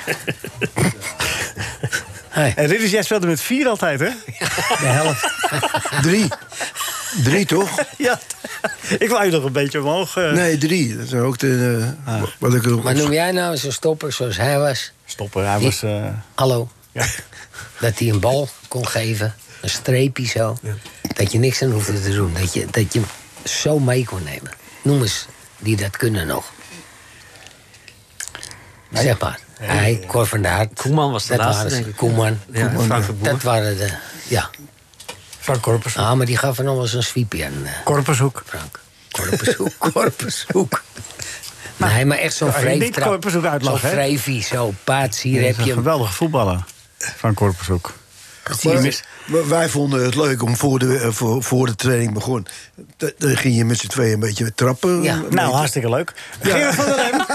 Hey, En Ridders, jij speelde met vier altijd, hè? de helft. Drie. Drie, toch? Ja. Ik wou je nog een beetje omhoog. eh, Nee, drie. Dat is ook de... eh, wat ik erop Maar noem jij nou eens een stopper zoals hij was? Stoppen, hij Die- was... eh, Hallo. ja. Dat hij een bal kon geven. Een streepje zo. Dat je niks aan hoefde te doen. Dat je, dat je hem zo mee kon nemen. Noem eens die dat kunnen nog. Zeg maar. Hij, Cor van der Hart. Koeman was de dat laatste, waren ze. denk ik. Koeman. Ja, Koeman. Frank de Boer. Dat waren de... Ja. Van Korpers. Ah, maar die gaf er nog wel eens een sweepje aan, uh, Korpershoek. Frank. Korpershoek, Korpershoek. Nee, maar echt zo'n kan je niet vreeftrap. Korpershoek uitlachen, Zo'n hè? vreefie, zo. Paats, hier Hij heb is een je hem. geweldige voetballer. Van Korpershoek. zie je Maar, mis. maar wij vonden het leuk om voor de, voor, voor de training begon. d- Dan ging je met z'n tweeën een beetje trappen. Ja. Een Nou, beetje. hartstikke leuk. Gerard van der Lem.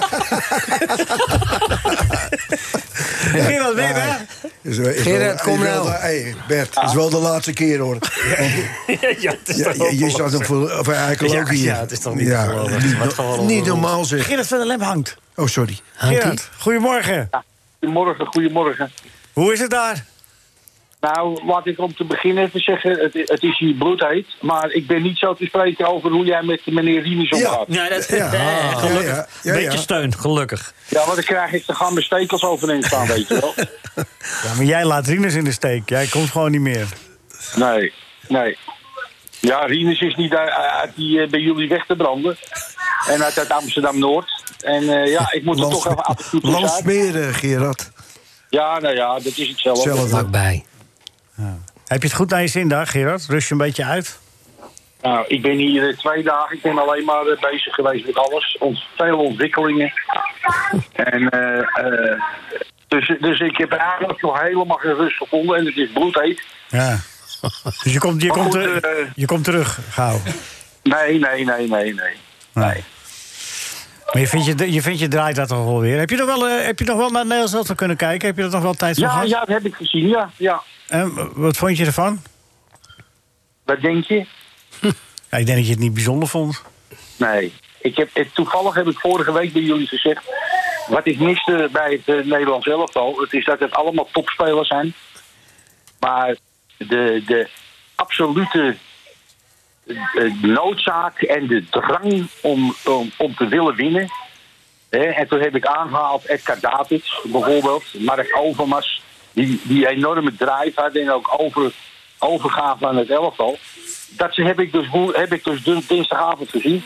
Gerard, ben je daar? Is, is Gerard, wel- kom is wel nou. de- hey, Bert, het is wel de laatste keer hoor. Ja, het is Ja, je, je zat hem voor, voor eigenlijk Ja, ook hier. ja, het is toch niet te geloven. Niet, Wat gewoon niet ongelooflijk. normaal zeg. Gerard van der Lem hangt. Oh, sorry. Hangt-ie? Gerard, goedemorgen. Goedemorgen, goedemorgen. Hoe is het daar? Nou, laat ik om te beginnen even zeggen, het, het is hier bloedheet. Maar ik ben niet zo te spreken over hoe jij met meneer Rinus omgaat. Ja. Ja, dat, Ja. eh, gelukkig. Ja, ja, ja, Beetje ja. steun, gelukkig. want dan krijg ik, dan gaan mijn stekels overeind staan, weet je wel. Ja, maar jij laat Rinus in de steek. Jij komt gewoon niet meer. Nee, nee. Ja, Rinus is niet uit, uit die, uh, bij jullie weg te branden. En uit, uit Amsterdam-Noord. En uh, ja, ik moet er toch even af en toe tussenuit. Landsmeren, Gerard. Ja, nou ja, dat is hetzelfde. Hetzelfde. Vlakbij. Heb je het goed naar je zin daar, Gerard? Rust je een beetje uit? Nou, ik ben hier uh, twee dagen. Ik ben alleen maar uh, bezig geweest met alles. Ont veel ontwikkelingen. En uh, uh, dus, dus ik heb eigenlijk nog helemaal geen rust gevonden. En het is bloedheet. Ja. Dus je komt, je Maar komt, goed, ter- eh, je komt terug, gauw. Nee, nee, nee, nee, nee. Nee. Maar je vindt je, je, vindt je draait dat toch wel weer. Heb je nog wel, eh, heb je nog wel naar Nederlands elftal kunnen kijken? Heb je er nog wel tijd voor Ja, gehad? ja, dat heb ik gezien, ja. ja. En wat vond je ervan? Wat denk je? Ja, ik denk dat je het niet bijzonder vond. Nee. Ik heb, eh, toevallig heb ik vorige week bij jullie gezegd... wat ik miste bij het uh, Nederlands elftal... het is dat het allemaal topspelers zijn. Maar de, de absolute uh, noodzaak en de drang om, om, om te willen winnen... Hè, en toen heb ik aangehaald Edgar Davids bijvoorbeeld, Mark Overmars... die, die enorme drive hadden en ook over, overgaven aan het elftal. Dat ze, heb ik dus, woe- heb ik dus dun- dinsdagavond gezien.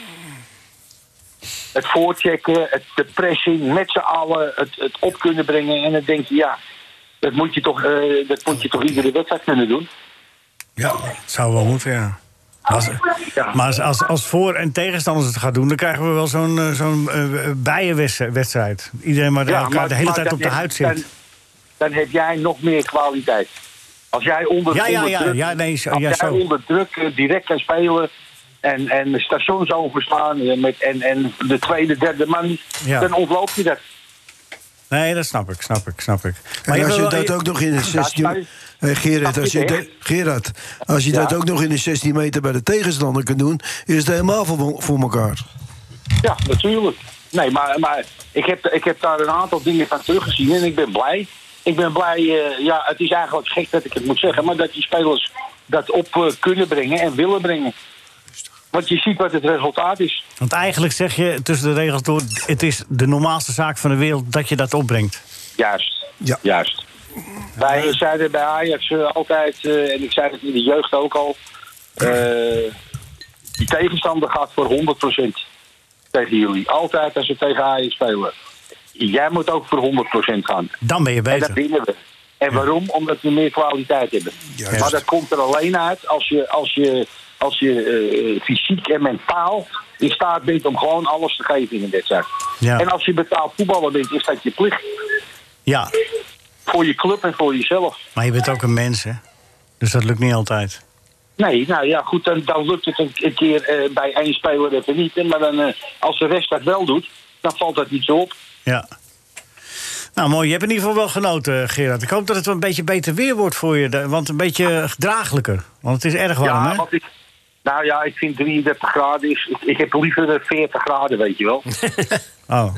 Het voorchecken, het, de pressing, met z'n allen, het, het op kunnen brengen. En dan denk je, ja, dat moet je toch, uh, dat moet je toch iedere wedstrijd kunnen doen. Ja, het zou wel moeten, ja. Maar als, Ja. maar als, als, als voor- en tegenstanders het gaan doen... dan krijgen we wel zo'n uh, zo'n uh, bijenwedstrijd. Iedereen maar, Ja, elkaar maar- de hele maar tijd dan op de heb- huid zit. Dan, dan heb jij nog meer kwaliteit. Als jij onder, Ja, ja, onder ja, druk, ja, nee, zo- als ja, jij zo. onder druk uh, direct kan spelen... en, en stations overslaan uh, met, en, en de tweede, derde man... Ja. dan ontloop je dat. Nee, dat snap ik, snap ik, snap ik. En je als je hebt wel- dat ook nog in de Ja, zestien... spijt. Hey, Gerard, als je, Snap je dat- Gerard, als je Ja. dat ook nog in de zestien meter bij de tegenstander kunt doen... is het helemaal voor, voor elkaar. Ja, natuurlijk. Nee, maar, maar ik, heb, ik heb daar een aantal dingen van teruggezien en ik ben blij. Ik ben blij, uh, ja, het is eigenlijk gek dat ik het moet zeggen... maar dat die spelers dat op uh, kunnen brengen en willen brengen. Want je ziet wat het resultaat is. Want eigenlijk zeg je tussen de regels door... het is de normaalste zaak van de wereld dat je dat opbrengt. Juist, Ja. juist. Wij zeiden bij Ajax uh, altijd, uh, en ik zei het in de jeugd ook al... Uh, die tegenstander gaat voor honderd procent tegen jullie. Altijd als ze tegen Ajax spelen. Jij moet ook voor honderd procent gaan. Dan ben je En dat beter. winnen we. En waarom? Omdat we meer kwaliteit hebben. Juist. Maar dat komt er alleen uit als je, als je, als je uh, fysiek en mentaal in staat bent om gewoon alles te geven in een wedstrijd. Ja. En als je betaald voetballer bent, is dat je plicht. Ja, Voor je club en voor jezelf. maar je bent ook een mens, hè? Dus dat lukt niet altijd. Nee, nou ja, goed, dan, dan lukt het een, een keer uh, bij één speler even niet. Maar dan, uh, als de rest dat wel doet, dan valt dat niet zo op. Ja. Nou, mooi. Je hebt in ieder geval wel genoten, Gerard. Ik hoop dat het wel een beetje beter weer wordt voor je. de- Want een beetje draaglijker. Want het is erg warm, ja, hè? want ik, nou ja, ik vind drieëndertig graden is... Ik, ik heb liever uh, veertig graden, weet je wel. Oh.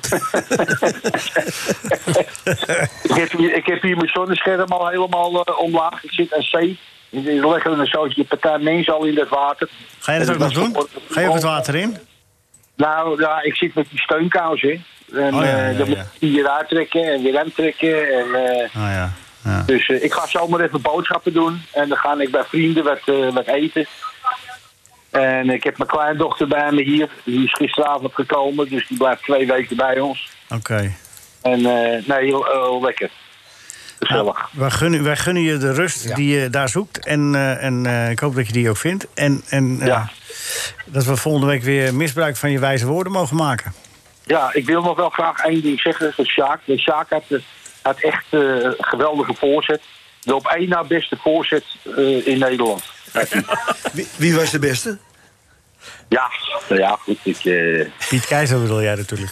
ik, heb hier, ik heb hier mijn zonnescherm al helemaal uh, omlaag. Ik zit aan zee. Er leggen een zootje partij mensen al in dat water. Ga je dat En ook nog doen? wordt- Ga je ook het water in? Nou, ja, ik zit met die steunkousen. En Oh, ja, eh, ja, dan ja. moet ik die eruit trekken en weer aantrekken. En, eh, Oh ja. ja. dus eh, ik ga zomaar even boodschappen doen. En dan ga ik bij vrienden wat, eh, wat eten. En ik heb mijn kleindochter bij me hier. Die is gisteravond gekomen, dus die blijft twee weken bij ons. Oké. En eh, nee, heel, heel lekker. Gezellig. Nou, wij, gunnen, wij gunnen je de rust die je daar zoekt. En, eh, en eh, ik hoop dat je die ook vindt. En, en eh, Ja. dat we volgende week weer misbruik van je wijze woorden mogen maken. Ja, ik wil nog wel graag één ding zeggen. Dat is Sjaak. De Sjaak had, eh, had echt eh, een geweldige voorzet. de op één na beste voorzet uh, in Nederland. Wie, wie was de beste? Ja, nou ja, goed. Ik, uh... Piet Keizer bedoel jij natuurlijk.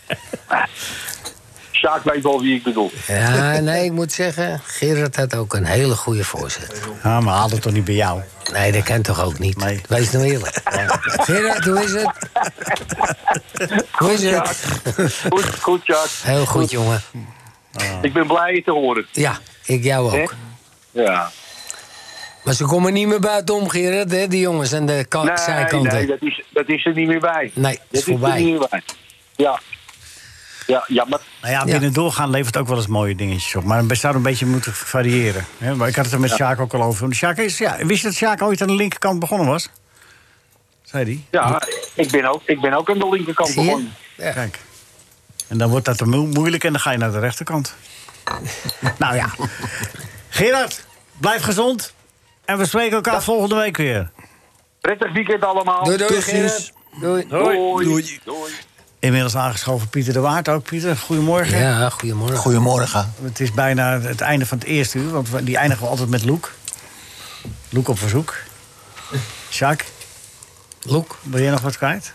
Sjaak weet wel wie ik bedoel. Ja, nee, ik moet zeggen, Gerard had ook een hele goede voorzet. Ja, maar haal het toch niet bij jou? Nee, dat kan toch ook niet? Nee. Wees nou eerlijk. Ja. Gerard, hoe is het? Hoe is het? Goed, goed, Sjaak. Heel goed, jongen. Ik ben blij je te horen. Ja, ik jou ook. Hè? Ja. Maar ze komen niet meer buitenom, Gerard, hè, die jongens aan de ka- Nee, zijkanten. nee, dat is, dat is er niet meer bij. Nee, is dat voorbij. is er niet meer bij. Ja. Ja, jammer. Nou ja, binnen doorgaan levert ook wel eens mooie dingetjes op. Maar het zou een beetje moeten variëren. Hè? Maar ik had het er met ja. Sjaak ook al over. Sjaak is, ja, wist je dat Sjaak ooit aan de linkerkant begonnen was? Zei hij? Ja, ik ben ook, ik ben ook aan de linkerkant Zie je? begonnen. Ja. Kijk. En dan wordt dat te mo- moeilijk en dan ga je naar de rechterkant. Nou ja. Gerard, blijf gezond. En we spreken elkaar ja. volgende week weer. Prettig weekend allemaal. Doei, doei, Tot Gerard. ziens. Doei. Doei. Doei. Doei. Inmiddels aangeschoven Pieter de Waard ook. Pieter, goedemorgen. Ja, goedemorgen. Goedemorgen. Het is bijna het einde van het eerste uur, want we- die eindigen we altijd met Loek. Loek op verzoek. Sjaak, Loek, wil jij nog wat kwijt?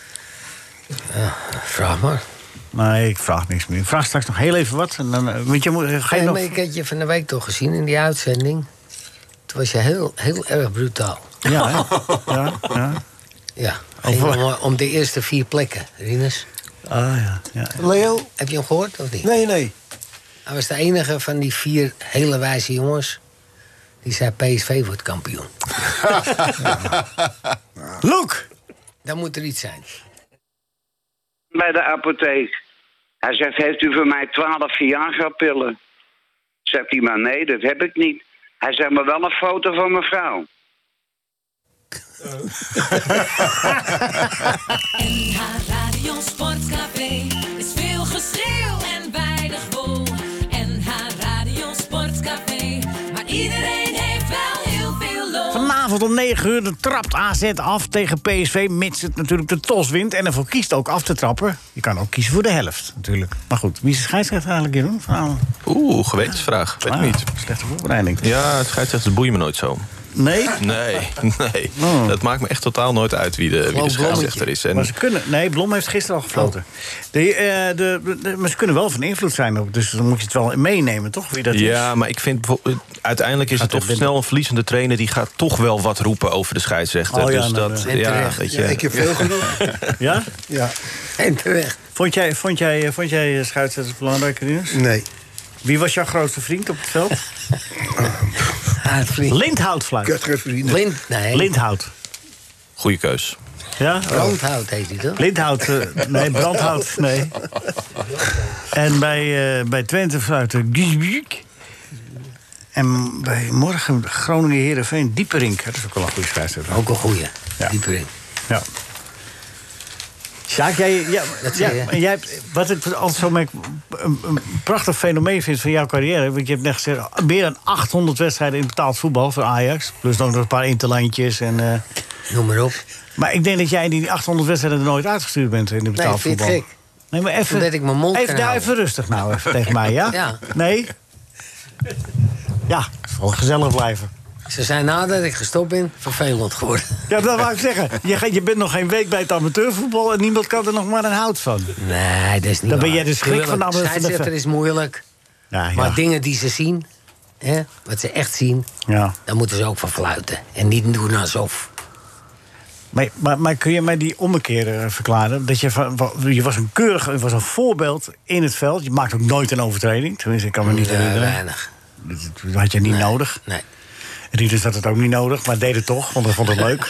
vraag maar. Nee, ik vraag niks meer. Ik vraag straks nog heel even wat. En dan, eh, want je moet, ga je Nee, nog... maar ik had je van de week toch gezien in die uitzending. Toen was je heel, heel erg brutaal. Ja, hè? Ja, ja. Ja, ging Over- om, om de eerste vier plekken, Rinus. Ah, ja, ja. Leo? Heb je hem gehoord of niet? Nee, nee. Hij was de enige van die vier hele wijze jongens die zei P S V wordt kampioen. Loek! Dan moet er iets zijn. Bij de apotheek. Hij zegt, heeft u voor mij twaalf Viagra-pillen? Zegt hij, maar nee, dat heb ik niet. Hij zegt, maar wel een foto van mijn vrouw. N H Radio Sportcafé is veel geschreeuw en weinig wol. N H Radio Sportcafé, maar iedereen heeft wel heel veel lol. Vanavond om negen uur de trapt A Z af tegen P S V... mits het natuurlijk de tos wint en ervoor kiest ook af te trappen. Je kan ook kiezen voor de helft, natuurlijk. Maar goed, wie is de scheidsrechter eigenlijk, Jeroen? Vanavond? Oeh, gewetensvraag. Weet ik Ah, niet. Slechte voorbereiding. Ja, het scheidsrechter boeien me nooit zo. Nee? Nee, nee. Oh. Dat maakt me echt totaal nooit uit wie de, wie de Geloof scheidsrechter is. En Maar ze kunnen, nee, Blom heeft gisteren al gefloten. De, eh, de, de, maar ze kunnen wel van invloed zijn op, dus dan moet je het wel meenemen, toch? Wie dat ja, is. maar ik vind bijvo- uiteindelijk is het Gaat toch er snel een verliezende trainer... die gaat toch wel wat roepen over de scheidsrechter. Oh ja, dus nou, dat, en ja, terecht. weet je. Ja, ik heb veel genoeg. Ja? Ja. En terecht. Vond jij, vond jij, vond jij scheidsrechters belangrijk, Rinus? Nee. Wie was jouw grootste vriend op het veld? Haardvriend. Lindhoutfluit. Ik had geen vrienden. Blind, nee. Lindhout. Goeie keus. Ja? Brandhout heet hij toch? Lindhout, eh, nee, brandhout, nee. En bij, uh, bij Twente fluiten Giesbeek. En bij morgen Groningen Heerenveen Dieperink. Dat is ook wel een goede scheidsrechter. Ook een goeie. Ja. Dieperin. Ja. Sjaak, jij, ja, Dat ja, zei je. en jij hebt, wat ik altijd zo merk, een, een prachtig fenomeen vind van jouw carrière. Want je hebt net gezegd, meer dan achthonderd wedstrijden in betaald voetbal voor Ajax. Plus nog een paar interlandjes. En, uh, Noem maar op. maar ik denk dat jij in die achthonderd wedstrijden er nooit uitgestuurd bent in de Nee, betaald vind je het voetbal. gek? Nee, maar even, Omdat ik mijn mond even, kan daar houden. even rustig nou, even tegen mij, ja? Ja. Nee? Ja, het is wel gezellig blijven. Ze zijn nadat ik gestopt ben, vervelend geworden. Ja, dat wou ik zeggen. Je, ga- je bent nog geen week bij het amateurvoetbal en niemand kan er nog maar een hout van. Nee, dat is niet Dan ben waar. jij de schrik Tuurlijk, van de andere- van de- scheidsrechter is moeilijk. Ja, Maar ja. dingen die ze zien, hè, wat ze echt zien, ja. daar moeten ze ook van fluiten. En niet doen alsof. Maar, maar, maar kun je mij die ommekeer eh, verklaren? Dat je, van, wa- je was een keurig, je was een voorbeeld in het veld. Je maakt ook nooit een overtreding. Tenminste, ik kan me niet Nee, herinneren. weinig. Dat, dat had je niet Nee, nodig. Nee. Rieders had het ook niet nodig, maar deed het toch, want hij vond het leuk.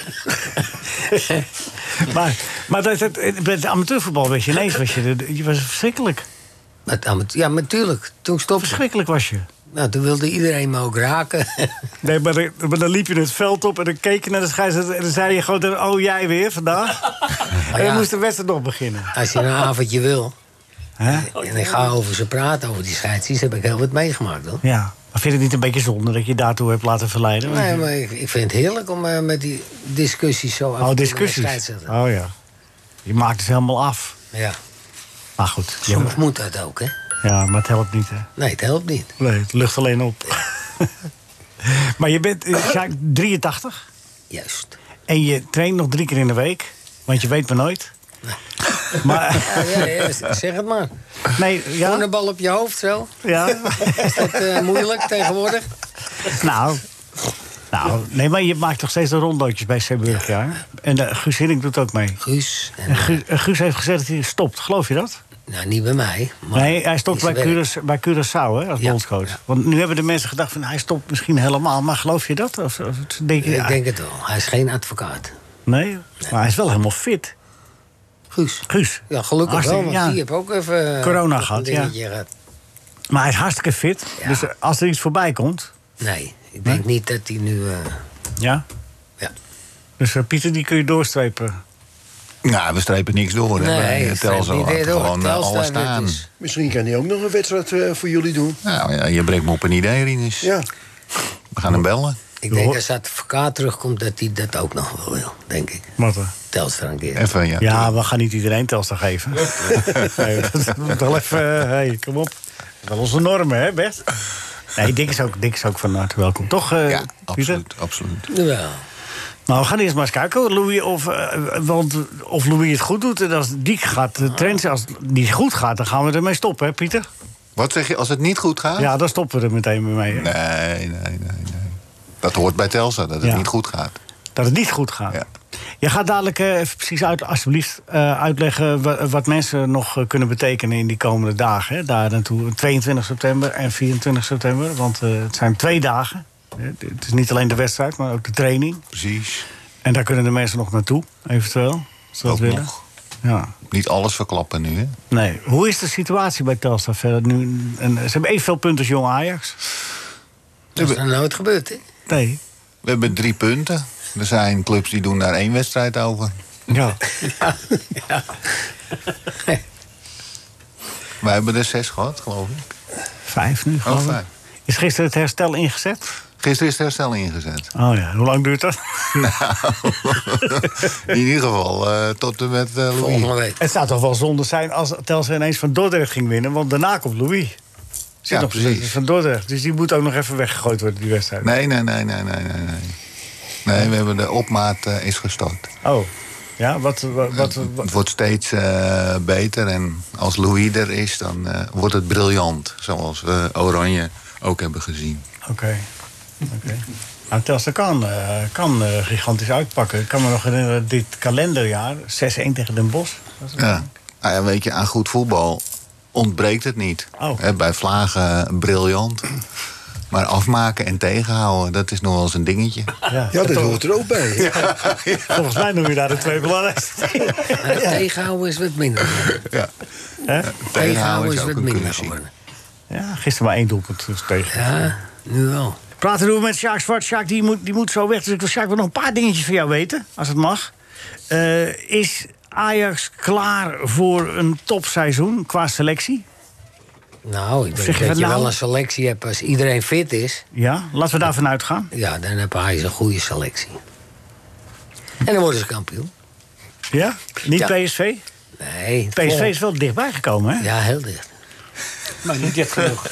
maar maar dat, dat, bij het amateurvoetbal was je ineens, was je, je was verschrikkelijk. Met amateur- Ja, natuurlijk. Toen stopte ik. Verschrikkelijk was je. Nou, toen wilde iedereen me ook raken. Nee, maar, dan, maar dan liep je het veld op en dan keek je naar de scheidsrechter... en dan zei je gewoon, oh, jij weer vandaag? En dan ja. moest de wedstrijd nog beginnen. Als je een avondje wil. Hè? En ik ga over ze praten, over die scheidsrechters, heb ik heel wat meegemaakt, hoor. Ja, maar vind je het niet een beetje zonde dat je daartoe hebt laten verleiden? Want Nee, je- maar ik, ik vind het heerlijk om uh, met die discussies zo af Oh, te discussies. scheidsrechter. Oh ja. Je maakt het helemaal af. Ja. Maar goed. je- Soms moet dat ook, hè? Ja, maar het helpt niet, hè? Nee, het helpt niet. Nee, het lucht alleen op. Maar je bent uh, Sjaak, drieëntachtig. Juist. En je traint nog drie keer in de week. Want je weet maar nooit. Maar, ja, ja, ja, zeg het maar. Nee, ja. Gewoon een bal op je hoofd zo. Ja. Is dat uh, moeilijk tegenwoordig? Nou, nou, nee, maar je maakt toch steeds de rondootjes bij Zeeburg, ja. En uh, Guus Hiddink doet ook mee. Guus. En, en Guus, uh, Guus heeft gezegd dat hij stopt. Geloof je dat? Nou, niet bij mij. Maar nee, hij stopt bij, Curaçao, bij Curaçao hè, als ja, bondscoach. Ja. Want nu hebben de mensen gedacht van hij stopt misschien helemaal. Maar geloof je dat? Of, of denk je, Ik ja, denk het wel. Hij is geen advocaat. Nee, nee, maar hij is wel helemaal fit. Guus. Guus. Ja, gelukkig hartstikke, wel, want ja. die heb ook even... corona een gehad, ja. gehad. Maar hij is hartstikke fit. Ja. Dus als er iets voorbij komt... Nee, ik denk nee? niet dat hij nu... Uh... Ja? Ja. Dus uh, Pieter, die kun je doorstrepen. Nou, we strepen niks door. Nee, hè. Tel zo gewoon uh, alles staan. Is... Misschien kan hij ook nog een wedstrijd uh, voor jullie doen. Nou ja, je brengt me op een idee, Rinus. Ja. We gaan hem bellen. Ik denk als dat advocaat terugkomt, dat hij dat ook nog wel wil, denk ik. Wat? Telstra een keer. Even, ja. Ja, we gaan niet iedereen Telstra geven. Nee, dat moet wel even... Uh, hey, kom op. Dat is onze normen, hè, Bert? Nee, Dick is ook, Dick is ook van harte welkom. Toch, uh, Ja, Pieter? absoluut, absoluut. Ja. Nou, we gaan eerst maar eens kijken Louis, of, uh, want, of Louis het goed doet. En als die gaat, de trend, als die goed gaat, dan gaan we ermee stoppen, hè, Pieter? Wat zeg je, als het niet goed gaat? Ja, dan stoppen we er meteen mee. Hè? Nee, nee, nee, nee. Dat hoort bij Telstra, dat het Ja. niet goed gaat. Dat het niet goed gaat. Ja. Je gaat dadelijk uh, even precies uit, alsjeblieft uh, uitleggen wat, wat mensen nog uh, kunnen betekenen in die komende dagen. Hè? Daar naartoe, tweeëntwintig september en vierentwintig september. Want uh, het zijn twee dagen. Het is niet alleen de wedstrijd, maar ook de training. Precies. En daar kunnen de mensen nog naartoe, eventueel. Als ze dat Ook willen. nog. Ja. Niet alles verklappen nu, hè? Nee. Hoe is de situatie bij Telstra verder nu? En, ze hebben evenveel punten als Jong Ajax. Dat is nog nooit gebeurd, hè? Nee. We hebben drie punten. Er zijn clubs die doen daar één wedstrijd over. Ja. ja. ja. Wij hebben er zes gehad, geloof ik. Vijf nu, geloof Oh, ik. vijf. Is gisteren het herstel ingezet? Gisteren is het herstel ingezet. Oh ja, hoe lang duurt dat? Nou, in ieder geval uh, tot en met uh, Louis. Volgende week. Het zou toch wel zonde zijn als Telstra ineens van Dordrecht ging winnen, want daarna komt Louis. Zit Ja, op precies. van Dordrecht, dus die moet ook nog even weggegooid worden, die wedstrijd. Nee, nee, nee, nee, nee, nee. Nee, nee we hebben de opmaat uh, is gestart. Oh, ja, wat... wat, wat, wat- Het wordt steeds uh, beter en als Louis er is, dan uh, wordt het briljant. Zoals we Oranje ook hebben gezien. Oké. Oké. Nou, Telstra kan, uh, kan uh, gigantisch uitpakken. Ik kan me nog herinneren, dit kalenderjaar, zes-een tegen Den Bosch. Was het? Ja. Nou ja, weet je, aan goed voetbal ontbreekt het niet. Oh. Hè, bij Vlagen briljant. Maar afmaken en tegenhouden, dat is nog wel eens een dingetje. Ja, Ja, dat toch- hoort er ook bij. hè? Volgens mij noem je daar de twee belangrijkste dingen. Maar het tegenhouden is wat minder. Ja. Hè? Tegenhouden is ook wat een minder kunstje. geworden. Ja, gisteren maar één doelpunt dus tegen. Ja, nu wel. Praten doen we met Sjaak Zwart. Sjaak, die moet, die moet zo weg. Dus ik wil Sjaak wel nog een paar dingetjes van jou weten, als het mag. Uh, is Ajax klaar voor een topseizoen qua selectie? Nou, ik Zeg denk je dat van je nou? wel een selectie hebt als iedereen fit is. Ja, laten we daarvan uitgaan. Ja, dan heb hij een goede selectie. En dan worden ze kampioen. Ja? Niet Ja. P S V? Nee. P S V is wel dichtbij gekomen, hè? Ja, heel dicht. Maar niet dicht genoeg.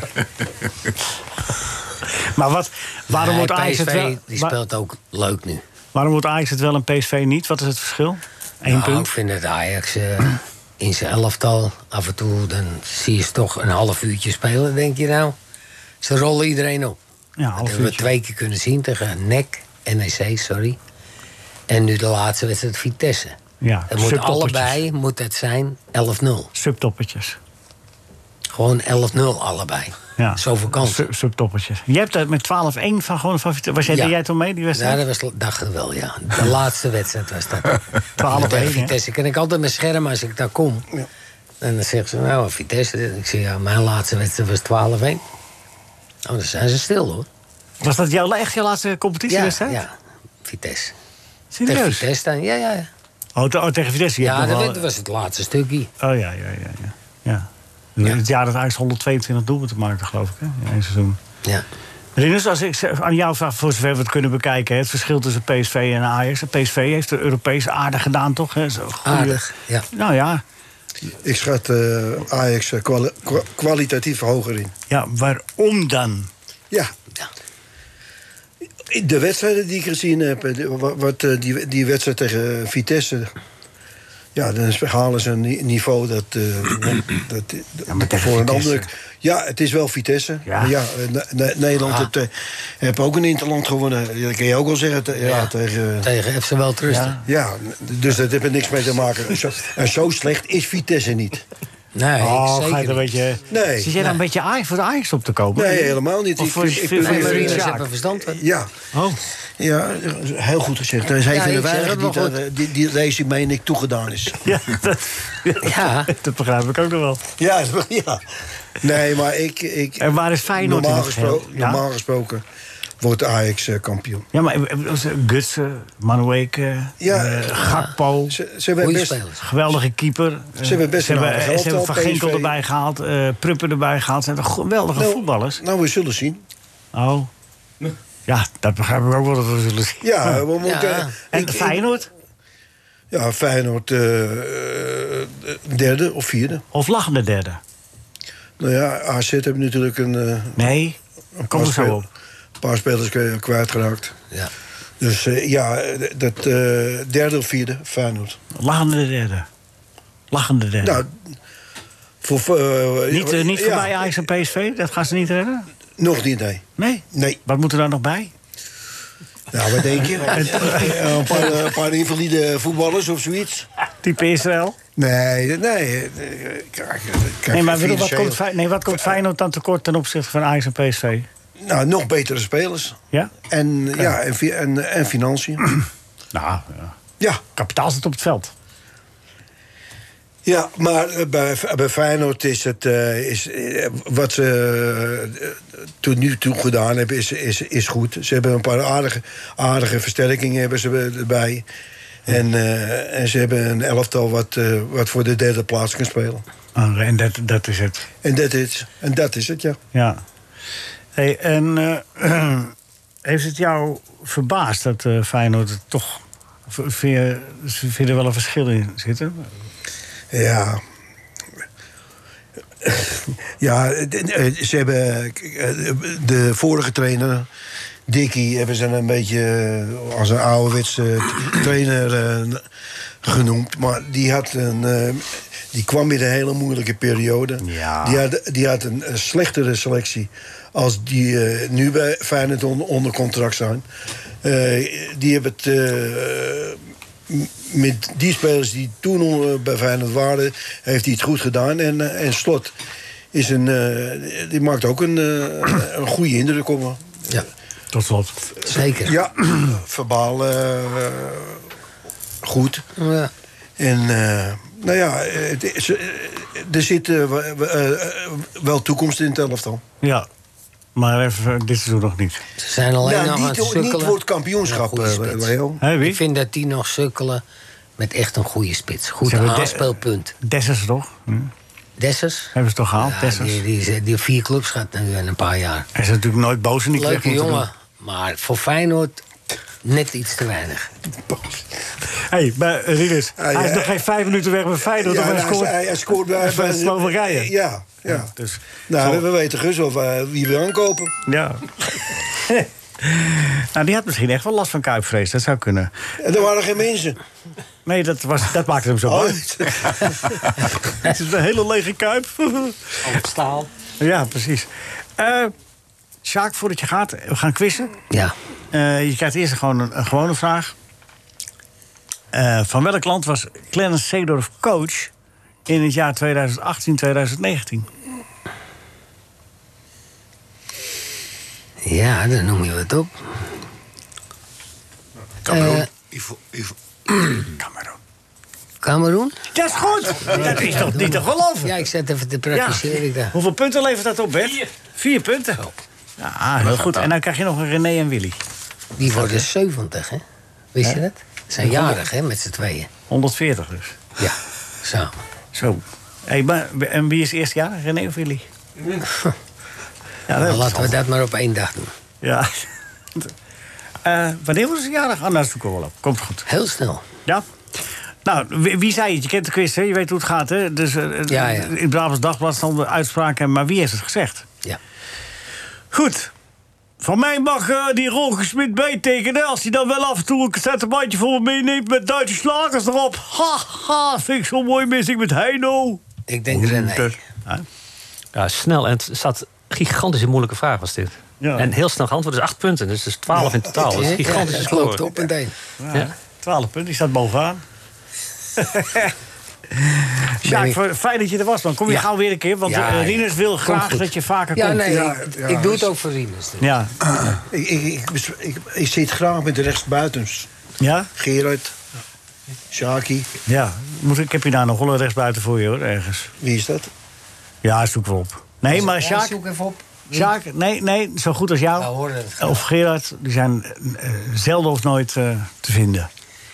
Maar wat, waarom Nee, wordt Ajax P S V het wel... die wa- speelt ook leuk nu. waarom wordt Ajax het wel en P S V niet? Wat is het verschil? Eén Nou, punt? ik vind dat Ajax eh, in zijn elftal af en toe... dan zie je ze toch een half uurtje spelen, denk je nou. Ze rollen iedereen op. Ja, Dat half hebben we uurtje. twee keer kunnen zien tegen N E C, N E C, sorry. En nu de laatste wedstrijd Vitesse. Ja, Het moet subtoppertjes. allebei moet het zijn elf nul. Subtoppertjes. Gewoon elf nul allebei. Ja. Zoveel kansen. Sub- subtoppertjes. Je hebt dat met twaalf-één van gewoon van Vitesse. Was jij, Ja. deed jij toen mee, die Ja, wedstrijd? dat was, dacht ik wel, ja. De laatste wedstrijd was dat. twaalf-één, Tegen hè? Vitesse. Kan ik altijd mijn scherm als ik daar kom. En dan zeggen ze, nou, Vitesse. Ik zeg, ja, mijn laatste wedstrijd was twaalf-één. Nou, dan zijn ze stil, hoor. Was dat jouw, echt jouw laatste Ja, competitiewedstrijd? ja, Vitesse. Tegen Serieus? Vitesse dan, ja, ja. ja. Oh, te- oh, tegen Vitesse. Je Ja, hebt nog dat wel- was het laatste stukje. Oh ja, ja, ja. ja. ja. Het jaar dat Ajax honderdtweeëntwintig doelpunten maakte, geloof ik, hè? In één seizoen. Ja. Rinus, als ik zeg- aan jou vraag, voor zover we het kunnen bekijken... hè, het verschil tussen P S V en Ajax. P S V heeft de Europees aardig gedaan, toch? Hè? Zo goeie- Aardig, ja. Nou ja, Ik schat eh, Ajax eh, kwali- kwa- kwalitatief hoger in. ja, waarom dan? Ja, De wedstrijden die ik gezien heb, de- wat, wat, eh, die, die wedstrijd tegen Vitesse. Ja, dan halen ze een ni- niveau dat. eh, dat Ja, maar tegen voor een Vitesse. ander. Ja, het is wel Vitesse. Ja. Maar ja, eh, Ne- Ne- Nederland Ah. heeft, eh, heeft ook een interland gewonnen. Ja, dat kan je ook wel zeggen. te- ja, Ja. tegen. Tegen F C Welterusten. Ja. Ja, dus dat heeft er niks mee te maken. Zo, en zo slecht is Vitesse niet. Nee, Oh, zeker ga je er een niet. beetje... Nee. Zit jij dan een beetje Ajax, voor de Ajax op te kopen? Nee, helemaal niet. Of Ik- voor- ik- ik voor- probeer- Nee, maar voor- Rinus Ja. hebben verstand van. Ja, Oh, ja, heel goed gezegd. Er is een Ja, van de ik zeg weinigen het die, wel dat, eh, die, die deze meen ik toegedaan is. ja, dat, Ja. dat begrijp ik ook nog wel. Ja, ja. Nee, maar ik... ik En waar is Feyenoord normaal, in het geheel? gespro- Ja? normaal gesproken wordt Ajax eh, kampioen. Ja, maar eh, Gutsen, Manueke, Ja. eh, Gakpo, Ze, ze hebben Goeie best... spelers. geweldige keeper. Eh, hebben best ze een hebben, aardig ze hebben elftal, Van Ginkel P S V. erbij gehaald, eh Pruppen erbij gehaald. Ze zijn toch geweldige Nou, voetballers? Nou, we zullen zien. Oh. Ja, dat begrijp ik ook wel dat we zullen zien. Ja, we moeten... Ja. En ik- ik- Feyenoord? Ja, Feyenoord eh, eh, derde of vierde. Of lachende derde? Nou ja, A Z heeft natuurlijk een, eh, Nee, een kom er zo spel- op. paar spelers k- kwijtgeraakt. Ja. Dus eh, ja, dat eh, derde of vierde, Feyenoord. Lachende derde. Lachende derde. Nou, voor... eh, niet eh, niet ja, voorbij Ajax en P S V? Dat gaan ze niet redden? Nog niet, nee. Nee? Nee. Wat moet er dan nog bij? Nou, wat denk je? Eh, een, paar, een paar invalide voetballers of zoiets? Type Israël? Nee, nee. eh, Kijk, kijk, Nee, maar bedoel, wat, financieel- komt, Fey- nee, wat komt Feyenoord dan tekort ten opzichte van Ajax en P S V? Nou, nog betere spelers. Ja? En, ja, en, fi- en, en financiën. Nou, ja. Ja, Kapitaal zit op het veld. ja, maar eh, bij, bij Feyenoord is het... eh, is, eh, wat ze eh, tot nu toe gedaan hebben, is, is, is goed. Ze hebben een paar aardige, aardige versterkingen hebben ze erbij. En, eh, en ze hebben een elftal wat, eh, wat voor de derde plaats kan spelen. Oh, en dat, dat is het. En dat is, en dat is het, ja. Ja. Hey, en eh, heeft het jou verbaasd dat eh, Feyenoord het toch... v- Vind je, vind je er wel een verschil in zitten? Ja. Ja, de- ze hebben eh, de vorige trainer, Dickie, hebben ze een beetje eh, als een ouderwetse trainer eh, genoemd. Maar die had een. eh, Die kwam in een hele moeilijke periode. Ja. Die had, die had een, een slechtere selectie als die eh, nu bij Feyenoord on- onder contract zijn. Eh, die hebben het... eh, m- met die spelers die toen eh, bij Feyenoord waren, heeft hij het goed gedaan. En, eh, en Slot is een, eh, die maakt ook een, eh, een goede indruk op me. Ja, Tot slot. zeker. Ja, verbaal eh, goed. Ja. En uh, nou ja, het is, uh, er zit uh, uh, uh, wel toekomst in het elftal. Ja. Maar even dit seizoen nog niet. Ze zijn alleen Nou, nog aan niet, het sukkelen. niet voor het kampioenschap, Ja, goede uh, spits. Leo. Hé, wie? Ik vind dat die nog sukkelen met echt een goede spits. Goed Ze hebben de- aanspeelpunt. Dessers toch? Hm. Dessers? Hebben ze toch gehaald? Ja, Dessers. die, die, die vier clubs gaat nu in een paar jaar. Hij is natuurlijk nooit boos en niet weg Leuke moeten jongen, maar voor Feyenoord net iets te weinig. Hé, hey, bij Rinus, Ah, hij is ja. nog geen vijf minuten weg bij Feyenoord. Ja, of hij hij, scoort hij, hij scoort bij, bij Slowakije. Ja, ja. Dus, Nou, zo- we, we weten dus wel uh, wie we aankopen. Ja. Nou, die had misschien echt wel last van kuipvrees. Dat zou kunnen. En er waren geen mensen. Nee, dat, was, dat maakte hem zo Oh, bang. Het is een hele lege kuip. Al het staal. Ja, precies. Eh Sjaak, voordat je gaat, we gaan quizzen. Ja, Eh, je krijgt eerst gewoon een, een gewone vraag. Eh, van welk land was Clarence Seedorf coach in het jaar tweeduizend achttien tweeduizend negentien? ja, dan noem je wat op. Cameroen. Eh, Ivo, Ivo. Cameroen. Cameroen? Dat is goed! Dat is toch niet te geloven? Ja, ik zet even te praktiseren. Ik dacht, Hoeveel punten levert dat op, Bert? Vier. Vier punten. Ja, heel goed. En dan krijg je nog een René en Willy. die worden zeventig, hè? Wist je dat? Ze zijn jarig, hè, met z'n tweeën. honderdveertig dus. Ja, samen. Zo. Hey, maar, en wie is eerst jaar? René of Willy? Ja, Dan dat laten we dat maar op één dag doen. Ja. Eh, wanneer was het jarig? Ah, nou, dat zoeken we wel op. Komt goed. Heel snel. Ja. Nou, wie, wie zei het? Je kent de quiz, hè? Je weet hoe het gaat, hè? Dus, uh, Ja, ja. in het Brabants Dagblad stonden uitspraken, maar wie heeft het gezegd? Ja. Goed. Van mij mag uh, die Roger Smit bijtekenen... als hij dan wel af en toe een cassettebandje voor me meeneemt... met Duitse slagers erop. Ha, ha, vind ik zo mooi mis ik met Heino. Ik denk René. Ja. Ja, snel. En het staat gigantisch moeilijke vraag was dit. Ja. En heel snel geantwoord, dus acht punten. Dus het is twaalf in totaal. Dat is een gigantische Het score. loopt op meteen. Ja, Ja. twaalf punten, die staat bovenaan. Sjaak, ik- fijn dat je er was, man. Kom je Ja. gauw weer een keer, want Ja, uh, ja. Rinus wil Komt graag goed. dat je vaker Ja, komt. nee, Ja, ik, ja, ik doe het dus- ook voor Rinus. Ja. Ik, ik, ik, ik, ik zit graag met de rechtsbuitens. Ja? Gerard, Sjaki, Ja. Moet, ik heb je daar nog wel een rechtsbuiten voor je, hoor, ergens. wie is dat? Ja, zoek we op. Nee, maar Ja, Sjaak, zoek even op. Sjaak, nee, nee, zo goed als jou. Nou, hoor dat graag. Of Gerard, die zijn uh, zelden of nooit uh, te vinden.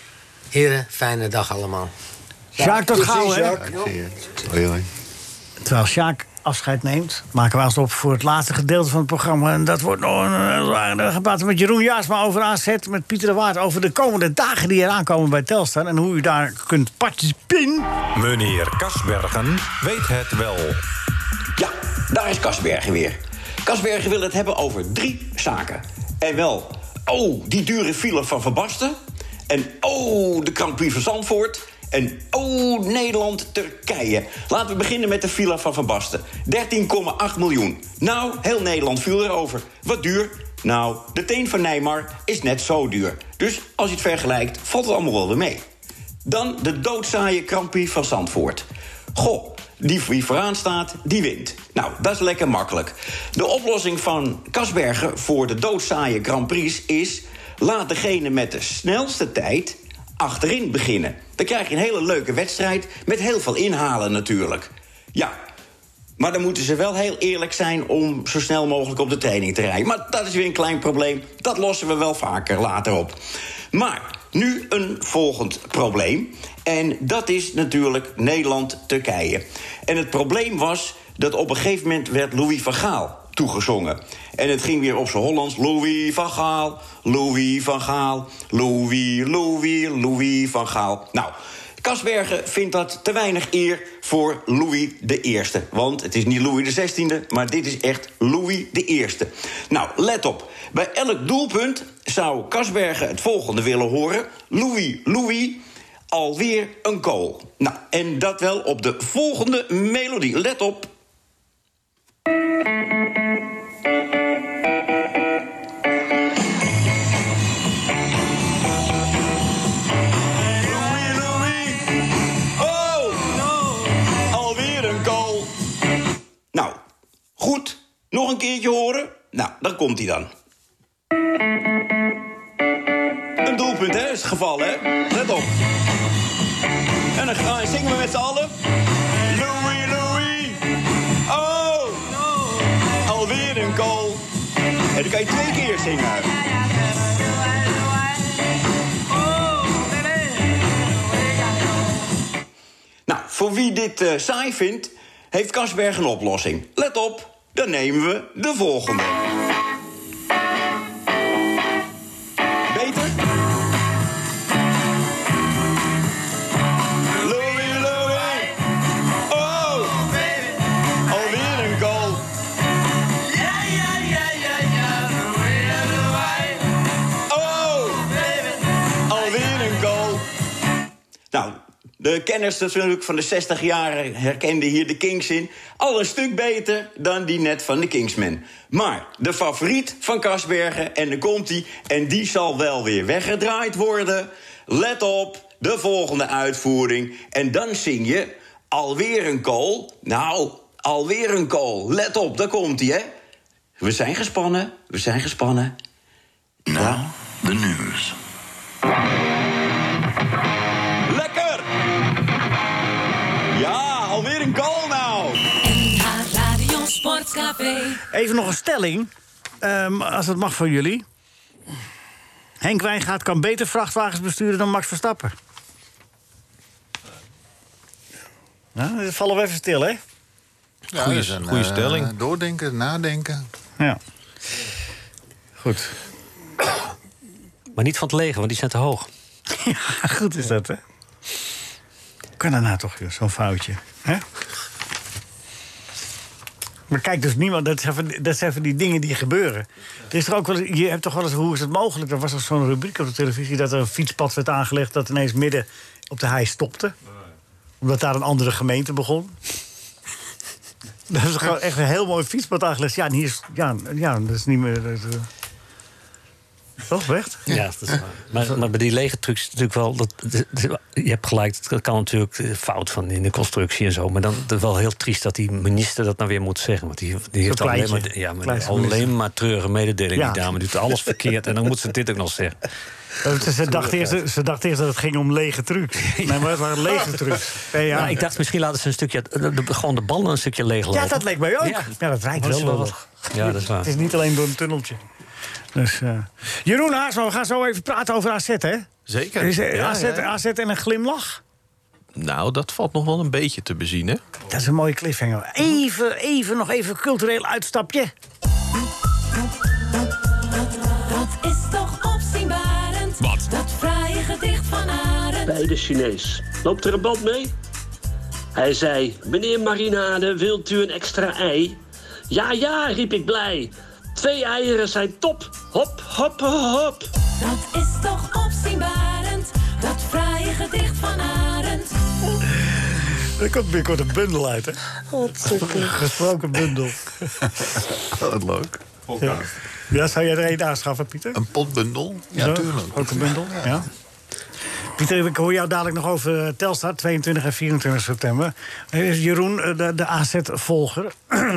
Heren, fijne dag allemaal. Sjaak, tot tot gauw, ziens, hè? Sjaak. Ik zie je. Hoi, hoi. Terwijl Sjaak afscheid neemt, maken we ons op voor het laatste gedeelte van het programma. En dat wordt nog een... We gaan praten met Jeroen Jaarsma over A Z, met Pieter de Waard over de komende dagen die eraan komen bij Telstar. En hoe u daar kunt participeren. Meneer Kasbergen weet het wel. Ja, daar is Kasbergen weer. Kasbergen wil het hebben over drie zaken. En wel, oh, die dure file van Van Basten. En oh, de Grand Prix van Zandvoort. En oh, Nederland-Turkije. Laten we beginnen met de file van Van Basten. dertien komma acht miljoen. Nou, heel Nederland viel erover. Wat duur? Nou, de teen van Neymar is net zo duur. Dus als je het vergelijkt, valt het allemaal wel weer mee. Dan de doodzaaie Grand Prix van Zandvoort. Goh, die wie vooraan staat, die wint. Nou, dat is lekker makkelijk. De oplossing van Kasbergen voor de doodzaaie Grand Prix is... laat degene met de snelste tijd achterin beginnen. Dan krijg je een hele leuke wedstrijd met heel veel inhalen natuurlijk. Ja, maar dan moeten ze wel heel eerlijk zijn om zo snel mogelijk op de training te rijden. Maar dat is weer een klein probleem. Dat lossen we wel vaker later op. Maar nu een volgend probleem. En dat is natuurlijk Nederland-Turkije. En het probleem was dat op een gegeven moment werd Louis van Gaal toegezongen. En het ging weer op zijn Hollands. Louis van Gaal, Louis van Gaal, Louis, Louis, Louis van Gaal. Nou, Kasbergen vindt dat te weinig eer voor Louis de Eerste. Want het is niet Louis de Zestiende, maar dit is echt Louis de Eerste. Nou, let op. Bij elk doelpunt zou Kasbergen het volgende willen horen. Louis, Louis, alweer een goal. Nou, en dat wel op de volgende melodie. Let op. Nou, goed. Nog een keertje horen? Nou, dan komt hij dan. Een doelpunt, hè, is het geval, hè? Let op. En dan gaan, zingen we met z'n allen. Louis, Louis. Oh, alweer een goal. En dan kan je twee keer zingen. Nou, voor wie dit uh, saai vindt, heeft Kasbergen een oplossing. Let op, dan nemen we de volgende. Beter? Louis, Louis. Oh, alweer een goal. Ja, ja, ja, ja, ja. Oh, alweer een goal. Nou, de kenners natuurlijk van de zestig jaren herkenden hier de Kings in. Al een stuk beter dan die net van de Kingsmen. Maar de favoriet van Kasbergen, en dan komt hij, en die zal wel weer weggedraaid worden. Let op, de volgende uitvoering. En dan zing je alweer een goal. Nou, alweer een goal. Let op, daar komt hij, hè. We zijn gespannen, we zijn gespannen. Nou, de nieuws. Lekker! Ja, alweer een goal nou! N H Radio Sportcafé. Even nog een stelling, um, als het mag van jullie. Henk Wijngaard kan beter vrachtwagens besturen dan Max Verstappen. Nou, dan vallen we even stil, hè? Ja, Goeie- dat is een, goeie eh, stelling. doordenken, nadenken. Ja. Goed. Maar niet van het leger, want die zijn te hoog. Ja, goed is dat, hè? Kan dat nou toch, joh, zo'n foutje, hè? Maar kijk, dus niemand, dat zijn, van, dat zijn van die dingen die gebeuren. Er is er ook wel, je hebt toch wel eens, hoe is het mogelijk? Er was toch zo'n rubriek op de televisie dat er een fietspad werd aangelegd dat ineens midden op de hei stopte. Omdat daar een andere gemeente begon. Dat is gewoon echt een heel mooi fietspad aangelegd. Ja, en hier is, ja, ja, dat is niet meer... Dat, uh... Toch, Bert? Ja, dat is waar. Maar, maar bij die lege trucks is natuurlijk wel... Dat, dat, je hebt gelijk, dat kan natuurlijk fout van in de constructie en zo. Maar dan is het wel heel triest dat die minister dat nou weer moet zeggen. Want die, die heeft alleen maar, ja, maar alleen maar treurige mededelingen. Ja. Die dame die doet alles verkeerd. En dan moet ze dit ook nog zeggen. Ze dacht, eerst, ze dacht eerst dat het ging om lege trucs. Nee, maar het waren lege trucs. Ja, ja. Nou, ik dacht, misschien laten ze een stukje... De, de, gewoon de banden een stukje leeglopen. Ja, dat leek mij ook. Ja, ja dat rijdt wel wel. Ja, dat is waar. Het is niet alleen door een tunneltje. Dus, uh... Jeroen Haasma, we gaan zo even praten over A Z, hè? Zeker. Is, uh, ja, A Z, ja. A Z en een glimlach? Nou, dat valt nog wel een beetje te bezien, hè? Dat is een mooie cliffhanger. Even, even, nog even een cultureel uitstapje. Dat is toch opzienbarend. Wat? Dat fraaie gedicht van Arend. Bij de Chinees. Loopt er een band mee? Hij zei, meneer Marinade, wilt u een extra ei? Ja, ja, riep ik blij. Twee eieren zijn top. Hop, hop, hop. Dat is toch opzienbarend. Dat fraaie gedicht van Arend. Er komt binnenkort een bundel uit, hè? Gesproken bundel. Wat leuk. Ja. Ja, zou jij er een aanschaffen, Pieter? Een potbundel? Ja, natuurlijk. Ook een bundel, ja. Pieter, ik hoor jou dadelijk nog over Telstar, tweeëntwintig en vierentwintig september. Jeroen, de, de A Z-volger.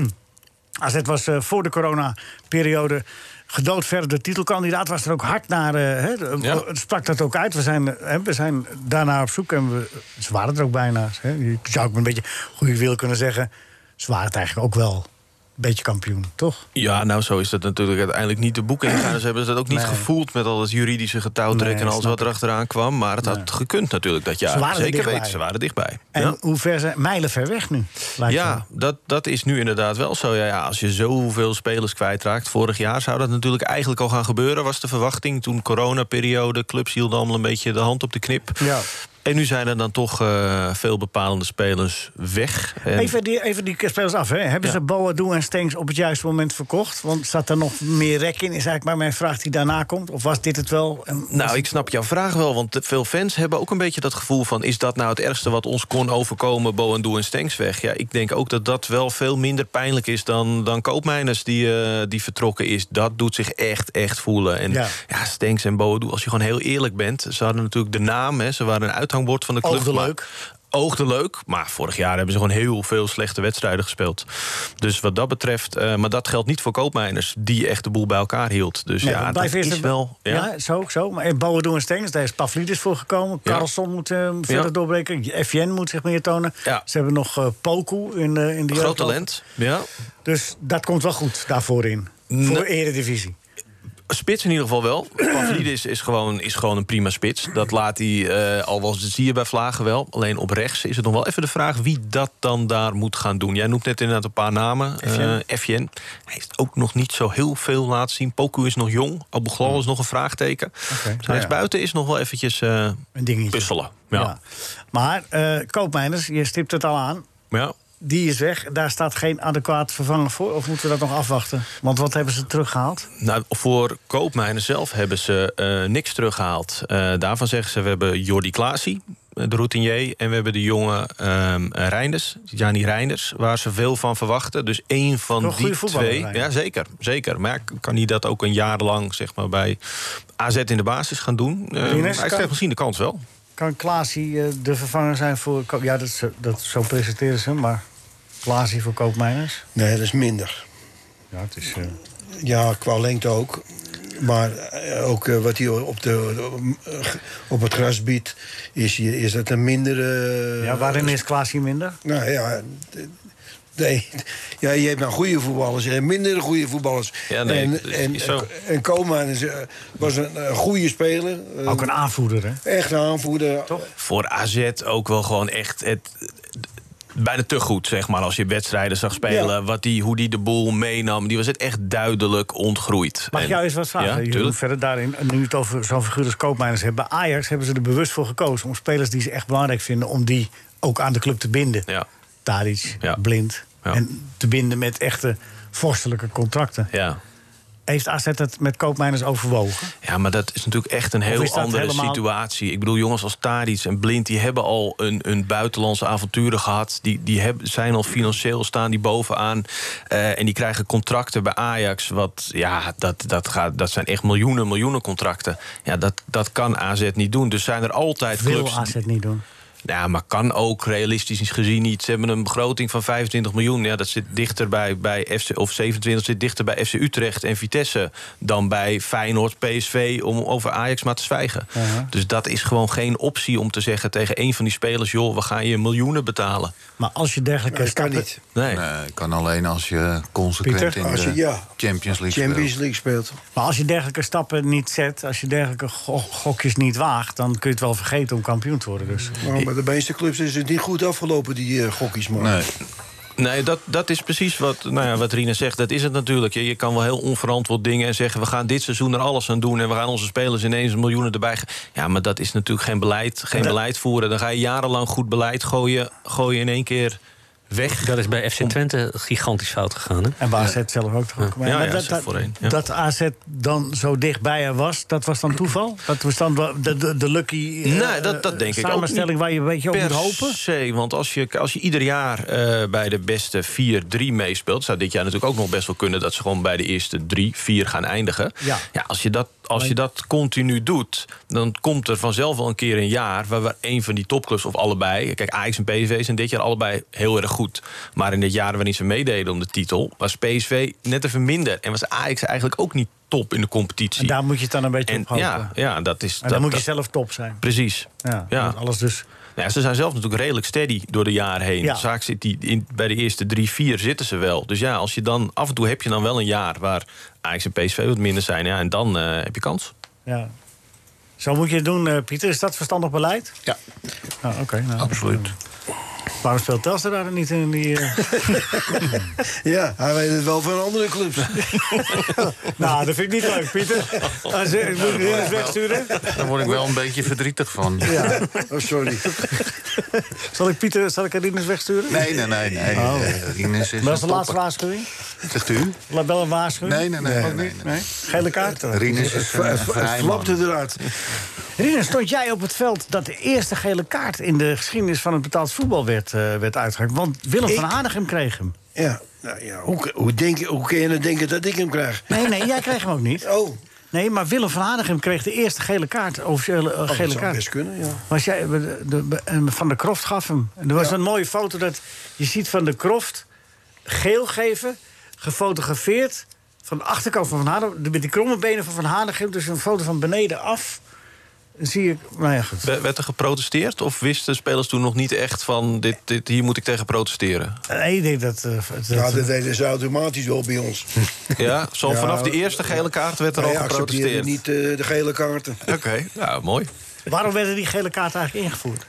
A Z was uh, voor de coronaperiode gedoodverde titelkandidaat. Was er ook hard naar... Uh, he, ja. Sprak dat ook uit. We zijn, uh, we zijn daarna op zoek en we, ze waren er ook bijna. He. Je zou ook een beetje goede wil kunnen zeggen... ze waren het eigenlijk ook wel... beetje kampioen, toch? Ja, nou zo is dat natuurlijk uiteindelijk niet de boeken ingegaan. Ze hebben dat ook niet nee. gevoeld met al het juridische getouwtrek nee, en alles wat er achteraan kwam. Maar het nee. had gekund natuurlijk dat jaar. Zeker weten, ze waren dichtbij. En ja. hoe ver zijn mijlen ver weg nu? Ja, dat, dat is nu inderdaad wel zo. Ja, ja, als je zoveel spelers kwijtraakt. Vorig jaar zou dat natuurlijk eigenlijk al gaan gebeuren, was de verwachting. Toen coronaperiode, clubs hielden allemaal een beetje de hand op de knip. Ja. En nu zijn er dan toch uh, veel bepalende spelers weg. En... Even, die, even die spelers af, hè. Hebben ja. ze Boadu en Stenks op het juiste moment verkocht? Want zat er nog meer rek in, is eigenlijk maar mijn vraag die daarna komt? Of was dit het wel? En nou, ik snap jouw vraag wel, want veel fans hebben ook een beetje dat gevoel van... is dat nou het ergste wat ons kon overkomen, Boadu en Stenks weg? Ja, ik denk ook dat dat wel veel minder pijnlijk is dan, dan Koopmeiners die, uh, die vertrokken is. Dat doet zich echt, echt voelen. En ja, ja Stenks en Boadu, als je gewoon heel eerlijk bent... ze hadden natuurlijk de naam, hè, ze waren een uithangbord van de club. Oogde leuk. Oogde leuk, maar vorig jaar hebben ze gewoon heel veel slechte wedstrijden gespeeld. Dus wat dat betreft, uh, maar dat geldt niet voor Koopmeiners... die echt de boel bij elkaar hield. Dus nee, ja, dat is het wel... Ja, ja zo, zo. Maar Boadu en Stengs, daar is Pavlidis voor gekomen. Ja. Carlson moet uh, verder ja. doorbreken. F J N moet zich meer tonen. Ja. Ze hebben nog uh, Poku in, uh, in de groot talent, ja. Dus dat komt wel goed daarvoor in. Nee. Voor Eredivisie. Spits in ieder geval wel. Pavlidis is gewoon, is gewoon een prima spits. Dat laat hij, uh, al was zie je bij Vlagen wel. Alleen op rechts is het nog wel even de vraag... wie dat dan daar moet gaan doen. Jij noemt net inderdaad een paar namen. F J N. Uh, hij heeft ook nog niet zo heel veel laten zien. Poku is nog jong. Abouglal is nog een vraagteken. Okay. Dus hij is buiten is nog wel eventjes uh, een puzzelen. Ja. Ja. Maar uh, Koopmeiners, je stipt het al aan... Ja. Die is weg, daar staat geen adequaat vervanger voor? Of moeten we dat nog afwachten? Want wat hebben ze teruggehaald? Nou, voor Koopmeiners zelf hebben ze uh, niks teruggehaald. Uh, daarvan zeggen ze, we hebben Jordi Klaasie, de routinier... en we hebben de jonge um, Reinders, Gianni Reinders... waar ze veel van verwachten. Dus één van Nog die twee... Ja, zeker, zeker. Maar kan hij dat ook een jaar lang zeg maar, bij A Z in de basis gaan doen? Uh, hij krijgt misschien de kans wel. Kan Klaasie uh, de vervanger zijn voor... Ja, dat, dat, zo presenteren ze hem, maar... Klaasie voor Koopmeiners? Nee, dat is minder. Ja, het is... Uh... Ja, qua lengte ook. Maar uh, ook uh, wat hij op, de, uh, op het gras biedt, is, is dat een mindere... Uh, ja, waarin is Klaasie minder? Nou ja... Nee, ja, je hebt nou goede voetballers en minder goede voetballers. Ja, nee, en en, en, en Koopmeiners uh, was een uh, goede speler. Uh, ook een aanvoerder, hè? Echt een aanvoerder. Toch? Voor A Z ook wel gewoon echt... Het, bijna te goed, zeg maar, als je wedstrijden zag spelen. Ja. Wat die, hoe die de boel meenam, die was het echt duidelijk ontgroeid. Mag ik jou eens wat vragen? Ja, je verder daarin, nu het over zo'n figuur als Koopmeiners hebben. Bij Ajax hebben ze er bewust voor gekozen... om spelers die ze echt belangrijk vinden... om die ook aan de club te binden. Ja. Tadic, ja. Blind, Ja. En te binden met echte vorstelijke contracten. Ja. Heeft A Z het met Koopmeiners overwogen? Ja, maar dat is natuurlijk echt een Of heel is dat andere helemaal- situatie. Ik bedoel, jongens als Tadic en Blind... die hebben al een, een buitenlandse avonturen gehad. Die, die hebben, zijn al financieel, staan die bovenaan. Uh, en die krijgen contracten bij Ajax. Wat, ja, dat, dat, gaat, dat zijn echt miljoenen, miljoenen contracten. Ja, dat, dat kan A Z niet doen. Dus zijn er altijd Wil clubs... A Z niet doen? Ja, maar kan ook realistisch gezien niet. Ze hebben een begroting van vijfentwintig miljoen. Ja, dat zit dichter bij, bij F C, of zevenentwintig zit dichter bij F C Utrecht en Vitesse dan bij Feyenoord, P S V, om over Ajax maar te zwijgen. Uh-huh. Dus dat is gewoon geen optie om te zeggen tegen een van die spelers: joh, we gaan je miljoenen betalen. Maar als je dergelijke Nee, dat kan stappen... niet. Nee. Nee, kan alleen als je consequent Pieter, in als je- de ja. Champions League Champions speelt. League speelt. Maar als je dergelijke stappen niet zet, als je dergelijke go- gokjes niet waagt, dan kun je het wel vergeten om kampioen te worden. Dus. Maar bij de meeste clubs is het niet goed afgelopen, die uh, gokkies. Maar. Nee. Nee, dat, dat is precies wat, nou ja, wat Rina zegt. Dat is het natuurlijk. Je, je kan wel heel onverantwoord dingen en zeggen... we gaan dit seizoen er alles aan doen... en we gaan onze spelers ineens miljoenen erbij... ge- Ja, maar dat is natuurlijk geen beleid, geen dat- beleid voeren. Dan ga je jarenlang goed beleid gooien... gooi je in één keer weg. Dat is bij F C Twente gigantisch fout gegaan, hè? En bij A Z zelf ook toch? Maar Ja, maar ja, dat, zet dat, voorheen, ja. dat A Z dan zo dichtbij er was, dat was dan toeval? Dat was dan de, de, de lucky eh, Nee, dat, dat denk ik ook samenstelling niet waar je een beetje op per moet hopen? se, want als je, als je ieder jaar eh, bij de beste vier drie meespeelt... zou dit jaar natuurlijk ook nog best wel kunnen... dat ze gewoon bij de eerste drie vier gaan eindigen. Ja. Ja, als je dat, als je dat continu doet... dan komt er vanzelf wel een keer een jaar... waar we een van die topclubs of allebei... Kijk, Ajax en P S V zijn dit jaar allebei heel erg goed. Maar in dit jaar waarin ze meededen om de titel... was P S V net even minder. En was Ajax eigenlijk ook niet top in de competitie. En daar moet je het dan een beetje En op hopen. ja, ja, dat is... en dat, dan moet je dat- zelf top zijn. Precies. Ja, Ja. Alles dus. Ja, ze zijn zelf natuurlijk redelijk steady door de jaren heen. Ja. De zaak zit die in, bij de eerste drie, vier zitten ze wel. Dus ja, als je dan af en toe heb je dan wel een jaar waar Ajax en P S V wat minder zijn. Ja, en dan uh, heb je kans. Ja. Zo moet je het doen, uh, Pieter. Is dat verstandig beleid? Ja, Oh, oké. nou, absoluut. Waarom speelt Telstar daar niet in die... Uh... Ja, hij weet het wel van andere clubs. nou, dat vind ik niet leuk, Pieter. Als, uh, moet ik Rinus wegsturen? Daar word ik wel een beetje verdrietig van. Ja, oh, sorry. Zal ik Pieter, zal ik Rinus wegsturen? Nee, nee, nee. nee. Oh. Uh, Rinus is Dat is de een laatste topper. waarschuwing? Zegt u? Laat wel een waarschuwing? Nee, nee, nee. Ook nee, niet? nee. Gele kaart? Rinus is een Het vrij flapte man. eruit. Rinus, stond jij op het veld dat de eerste gele kaart in de geschiedenis van het betaald voetbal werd, uh, werd uitgereikt? Want Willem Ik? van Hanegem kreeg hem. Ja, nou ja hoe, hoe, denk, je- hoe kun je nou denken dat ik hem krijg? Nee, nee, jij kreeg hem ook niet. Oh, Nee, maar Willem van Hanegem kreeg de eerste gele kaart, officiële uh, oh dat gele zou kaart. best kunnen, ja. Was jij, de, de, de- Van der Kroft gaf hem. En er was Ja. een mooie foto dat je ziet Van der Kroft geel geven, gefotografeerd van de achterkant van Van Hanegem, met die kromme benen van Van Hanegem, dus een foto van beneden af. Dan zie ik, nou ja, goed. Werd er geprotesteerd? Of wisten spelers toen nog niet echt van... Dit, dit, hier moet ik tegen protesteren? Nee, ik denk dat... Uh, dat Ja, dat deden ze automatisch wel bij ons. Ja, zo Ja, vanaf de eerste gele kaart werd er Wij al geprotesteerd. accepteerden niet uh, de gele kaarten. Oké, ja, mooi. Waarom werden die gele kaarten eigenlijk ingevoerd?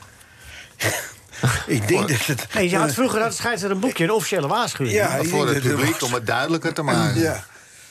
Ik denk dat het... Nee, je had vroeger had de scheidsrechter een boekje, een officiële waarschuwing. Ja, Maar ik voor denk het dat publiek, was- om het duidelijker te maken. Ja.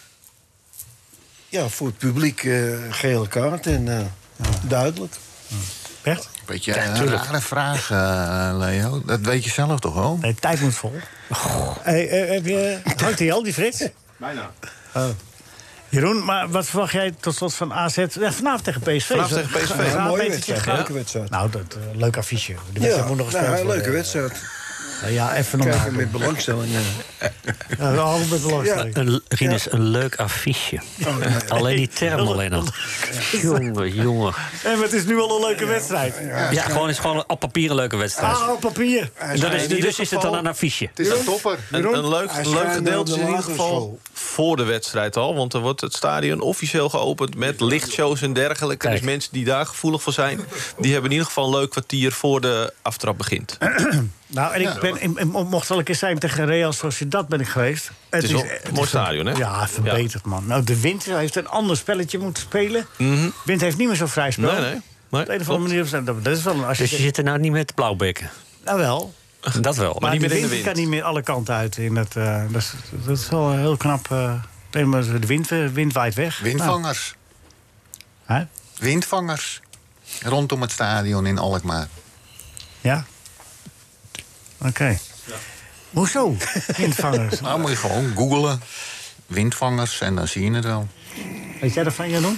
Ja, voor het publiek uh, gele kaart en uh, duidelijk. Echt? Beetje Ja, een tuurlijk. rare vraag, uh, Leo. Dat weet je zelf toch wel? Nee, tijd moet vol. Oh. Hey, uh, heb je, hangt hij al, die Frits? Bijna. Oh. Jeroen, maar wat verwacht jij tot slot van A Z? Ja, vanavond tegen P S V. Vanavond tegen P S V. Een Ja, een mooie graadmetertje, wedstrijd. graad- Leuke wedstrijd. Nou, dat, uh, leuk affiche. De Ja, wedstrijd moet nog gespeeld nou, een worden. leuke wedstrijd. Ja, even nog Kijken maken. met belangstelling. uh. Ja, wel met belangstelling. Een, Rinus, een leuk affiche. Oh, nee. Alleen die term alleen al. Jongen, jongen. En het is nu al een leuke wedstrijd. Ja, gewoon is gewoon op papier een leuke wedstrijd. Ah, op papier. En dat is, dus is het dan een affiche. Het is een topper. Een, een leuk, Hij een leuk schijnt gedeelte op is de in ieder lagere geval school. voor de wedstrijd al. Want er wordt het stadion officieel geopend met lichtshows en dergelijke. Kijk. Dus mensen die daar gevoelig voor zijn... die hebben in ieder geval een leuk kwartier voor de aftrap begint. Nou, en ik ben, in- in- mocht wel een keer zijn tegen Real Sociedad ben ik geweest. Het is wel een mooi stadion, hè? Ja, verbeterd, man. Nou, de Wind heeft een ander spelletje moeten spelen. Wind heeft niet meer zo'n vrij spel. Nee, nee. nee Op een of andere manier. Dat, dat is wel een, als je, Dus je zit er nou niet met blauwbekken. nou wel. Dat wel. Maar, niet de meer in de wind wind. kan niet meer alle kanten uit. In het, uh, dat, is, dat is wel heel knap. Uh, nee, maar de wind, wind waait weg. Windvangers. Nou, hè? Windvangers. Rondom het stadion in Alkmaar. Ja? Oké. Okay. Hoezo? Windvangers. Nou, moet je gewoon googlen. Windvangers en dan zie je het wel. Weet jij ervan, Jeroen?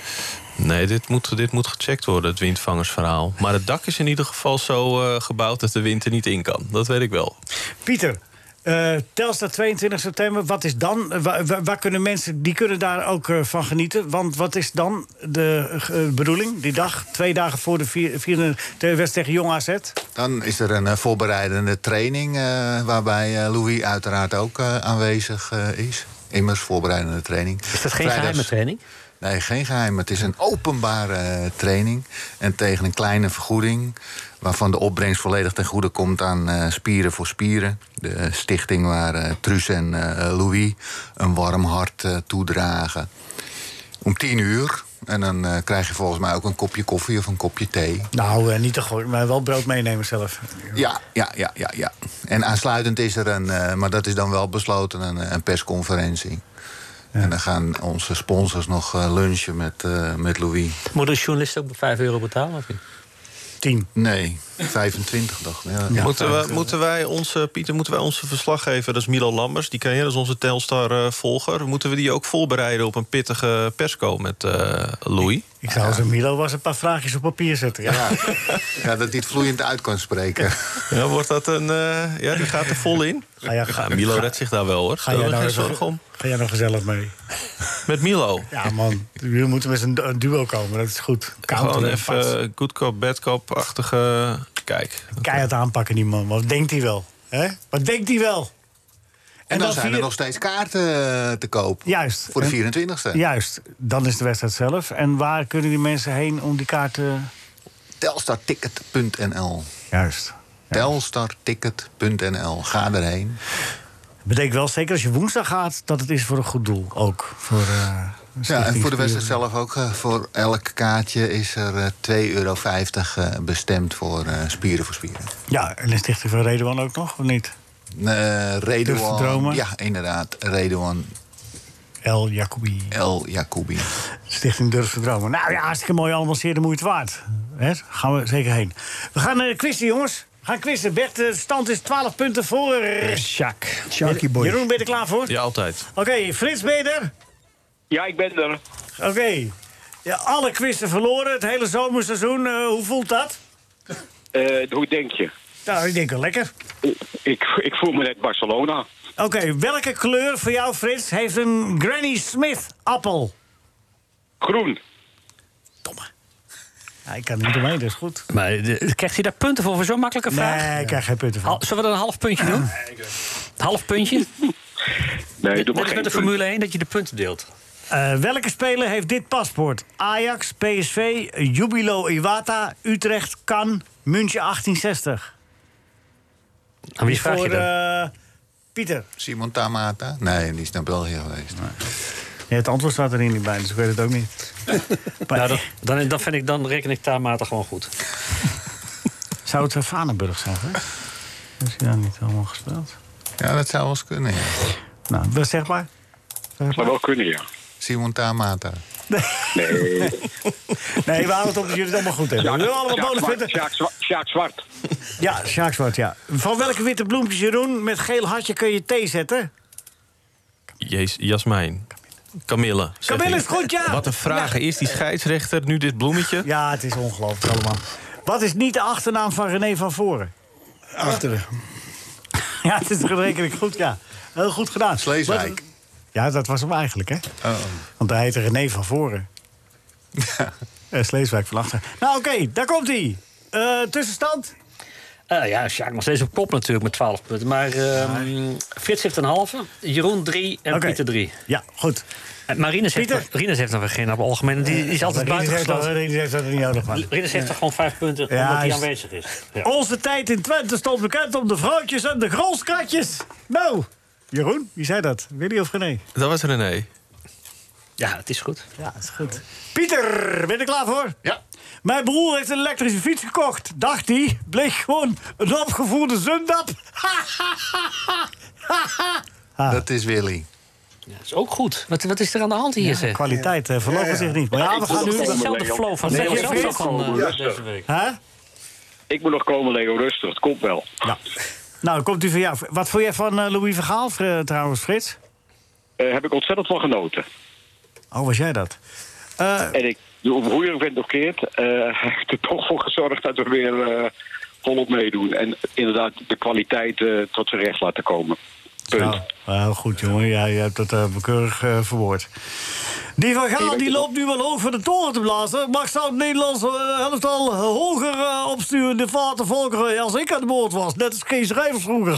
Nee, dit moet, dit moet gecheckt worden, het windvangersverhaal. Maar het dak is in ieder geval zo uh, gebouwd dat de wind er niet in kan. Dat weet ik wel. Pieter, uh, Telstar tweeëntwintig september, wat is dan? Waar, waar, waar kunnen mensen, die kunnen daar ook uh, van genieten? Want wat is dan de uh, bedoeling, die dag? Twee dagen voor de vier, vierde de wedstrijd tegen Jong A Z? Dan is er een uh, voorbereidende training... Uh, waarbij uh, Louis uiteraard ook uh, aanwezig uh, is. Immers voorbereidende training. Is dat geen Vrijdags... geheime training? Nee, geen geheim. Het is een openbare uh, training. En tegen een kleine vergoeding... waarvan de opbrengst volledig ten goede komt aan uh, Spieren voor Spieren. De stichting waar uh, Truus en uh, Louis een warm hart uh, toedragen. Om tien uur. En dan uh, krijg je volgens mij ook een kopje koffie of een kopje thee. Nou, uh, niet te gooien, maar wel brood meenemen zelf. Ja, ja, ja, ja, ja. En aansluitend is er een, uh, maar dat is dan wel besloten, een, een persconferentie. Ja. En dan gaan onze sponsors nog uh, lunchen met, uh, met Louis. Moet een journalist ook vijf euro betalen? Of niet? tien. Nee, vijfentwintig dacht ik. Ja, Ja, moeten, we, moeten wij onze, Pieter, moeten wij onze verslaggever, dat is Milo Lambers, die ken je, dat is onze Telstar-volger. Moeten we die ook voorbereiden op een pittige persco met uh, Louis? Ik, ik zou als een Milo was een paar vraagjes op papier zetten. Ja, ja. Ja, dat hij het vloeiend uit kan spreken. Ja, wordt dat een, uh, ja, die gaat er vol in. Ga jij, ga, ja, Milo redt zich daar wel, hoor. Ga jij, nou zorg om. ga jij nog gezellig mee? Met Milo? Ja, man. We moeten met een, een duo komen, dat is goed. Counter Gewoon even uh, good cop, bad cop-achtige... Kijk. Keihard aanpakken, die man. Wat denkt hij wel? Hè? Wat denkt hij wel? En, en dan, dan zijn vier... er nog steeds kaarten te koop. Juist. Voor de vierentwintigste. Juist. Dan is de wedstrijd zelf. En waar kunnen die mensen heen om die kaarten... Telstarticket punt n l. Juist. Telstarticket punt n l. Ga erheen. Dat betekent wel, zeker als je woensdag gaat, dat het is voor een goed doel. Ook voor... Uh, ja, en voor de wedstrijd zelf ook. Uh, voor elk kaartje is er uh, twee euro vijftig uh, bestemd voor uh, Spieren voor Spieren. Ja, en de stichting van Redouan ook nog, of niet? Uh, Redouan, ja, inderdaad. Redouan. El Jacoubi. El Jacoubi. Stichting Durf te Dromen. Nou ja, hartstikke mooi, allemaal zeer de moeite waard. Hè? Gaan we zeker heen. We gaan uh, quizzen, jongens. We gaan quizzen. Bert, de stand is twaalf punten voor... Uh, Sjaak. Sjaakie boy. Jeroen, ben je er klaar voor? Ja, altijd. Oké, okay, Frits, ben je er? Ja, ik ben er. Oké. Okay. Ja, alle quizzen verloren, het hele zomerseizoen. Uh, hoe voelt dat? Uh, hoe denk je? Nou, ik denk wel lekker. Ik, ik voel me net Barcelona. Oké, okay, welke kleur voor jou, Frits, heeft een Granny Smith appel? Groen. Domme. Ja, ik kan er niet omheen, dat is goed. Maar de, krijgt hij daar punten voor, voor zo'n makkelijke vraag? Nee, ik krijg geen punten voor. Al, zullen we dan een half puntje doen? Een half puntje? Nee, doe maar Net geen met de Formule één dat je de punten deelt. Uh, welke speler heeft dit paspoort? Ajax, P S V, Jubilo Iwata, Utrecht, Cannes, München achttien zestig. Aan wie vraag je dan? Uh, Pieter. Simon Tamata? Nee, die is naar België geweest. Nee. Ja, het antwoord staat er niet bij, dus ik weet het ook niet. Nou, dat, dan, dan, vind ik, dan reken ik Tamata gewoon goed. Zou het Vanenburg zijn, hè? Is hij daar niet helemaal gespeeld? Ja, dat zou wel eens kunnen, ja. Nou, zeg maar. Dat zou wel kunnen, ja. Simon Tamata. Nee. Nee, we houden het op dat jullie het allemaal goed hebben. Sjaak, we allemaal Sjaak, bonus Zwart, Sjaak, Zwart, Sjaak Zwart. Ja, Sjaak Zwart, ja. Van welke witte bloempjes, Jeroen, met geel hartje kun je thee zetten? Jezus, Jasmijn. Camille. Camille is goed, ja. Wat een vraag. Ja. Eerst die scheidsrechter, nu dit bloemetje. Ja, het is ongelooflijk allemaal. Wat is niet de achternaam van René van Voren? Achteren. Ja, het is redelijk goed, ja. Heel goed gedaan. Sleeswijk. Ja, dat was hem eigenlijk, hè? Oh. Want hij heette René van Voren. Ja. Uh, Sleeswijk van achter. Nou, oké, okay, daar komt hij. Uh, tussenstand? Uh, ja, Sjaak nog steeds op kop natuurlijk met twaalf punten. Maar uh, Frits heeft een halve, Jeroen drie en okay. Pieter drie. Ja, goed. Uh, Marines heeft, nog, Rinus heeft nog geen algemeen. Die, die is altijd buitengesloten. Rinus heeft dat niet nodig. Rinus heeft er gewoon vijf punten ja, omdat hij aanwezig is. Ja. Onze tijd in Twente stond bekend om de vrouwtjes en de grolskratjes. Nou, Jeroen, wie zei dat? Willy of René? Dat was René. Ja, het is goed. Ja, het is goed. Pieter, ben je er klaar voor? Ja. Mijn broer heeft een elektrische fiets gekocht. Dacht hij, bleek gewoon een opgevoerde zundap. Dat is Willy. Ja, dat is ook goed. Wat, wat is er aan de hand hier? Ja, zeg? Kwaliteit uh, verlopen ja, ja. zich niet. Maar ja, we gaan nu... Het is dezelfde flow van Nederland van uh, deze week. Huh? Ik moet nog komen, Lego, rustig. Het komt wel. Ja. Nou, komt u van jou. Wat vond jij van uh, Louis van Gaal uh, trouwens, Frits? Uh, heb ik ontzettend van genoten. Oh, was jij dat? Uh, en ik, hoe je het ook keert, uh, heeft er toch voor gezorgd dat we weer uh, volop meedoen. En inderdaad de kwaliteit uh, tot zijn recht laten komen. Punt. Nou, nou goed, jongen. Ja, je hebt dat uh, bekeurig uh, verwoord. Die van Gaal die loopt nu wel hoog voor de toren te blazen. Maar ik zou het Nederlandse uh, elftal hoger uh, opsturen de vadervolker als ik aan de boord was. Net als Kees Rijvers vroeger.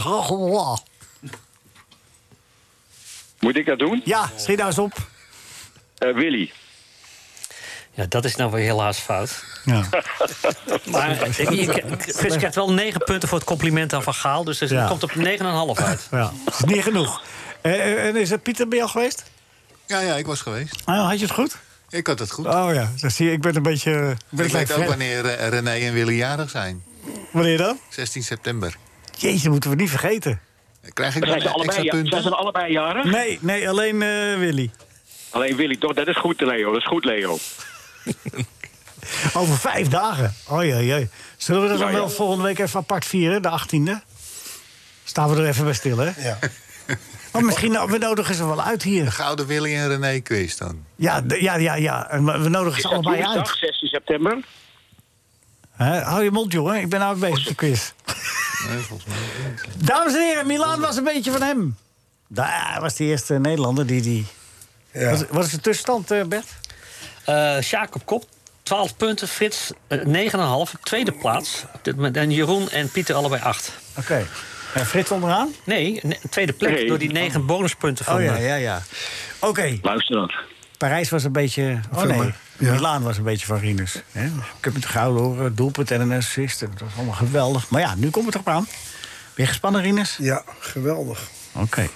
Moet ik dat doen? Ja, schiet nou eens op. Uh, Willy. Ja, dat is nou weer helaas fout. Ja. Maar ik, ik, Frits krijgt wel negen punten voor het compliment aan Van Gaal. Dus het ja. komt op negen komma vijf uit. Ja, dat is niet genoeg. Uh, en is het Pieter bij jou geweest? Ja, ja, ik was geweest. Oh, had je het goed? Ik had het goed. Oh ja, dat zie je, ik ben een beetje... Ik, ben ik weet ook wanneer uh, René en Willy jarig zijn. Wanneer dan? zestien september. Jeetje, moeten we niet vergeten. Krijg ik dan zijn ze extra allebei, punten? Zijn ze allebei jarig? Nee, nee, alleen uh, Willy. Alleen Willy, toch? Dat is goed, Leo. Dat is goed, Leo. Over vijf dagen. Oei, oei, oei. Zullen we dat dan ja, wel ja. volgende week even apart vieren, de achttiende? Staan we er even bij stil, hè? Ja. Maar misschien nou, we nodigen ze wel uit hier. De Gouden Willy en René quiz dan. Ja, de, ja, ja, ja. En we nodigen ze allebei uit. Woensdag, zestien september. He, hou je mond, jongen. Ik ben nou bezig met de quiz. Nee, volgens mij niet. Dames en heren, Milaan was een beetje van hem. Daar was de eerste Nederlander die... die... Ja. Wat, wat is de tussenstand, uh, Bert? Uh, Sjaak op kop, twaalf punten. Frits, uh, negen komma vijf, tweede plaats. Op dit moment. En Jeroen en Pieter allebei acht. Oké. Okay. En Frits onderaan? Nee, ne- tweede plek Nee. door die negen bonuspunten van... Oh ja, uh, ja, ja. Oké. Okay. Luister dat. Parijs was een beetje... Oh Zeg nee, maar. Ja. Milaan was een beetje van Rinus. Hè? Ik heb het gouden horen, doelpunt en een assist. Dat was allemaal geweldig. Maar ja, nu komt het erop aan. Ben je gespannen, Rinus? Ja, geweldig. Oké. Okay.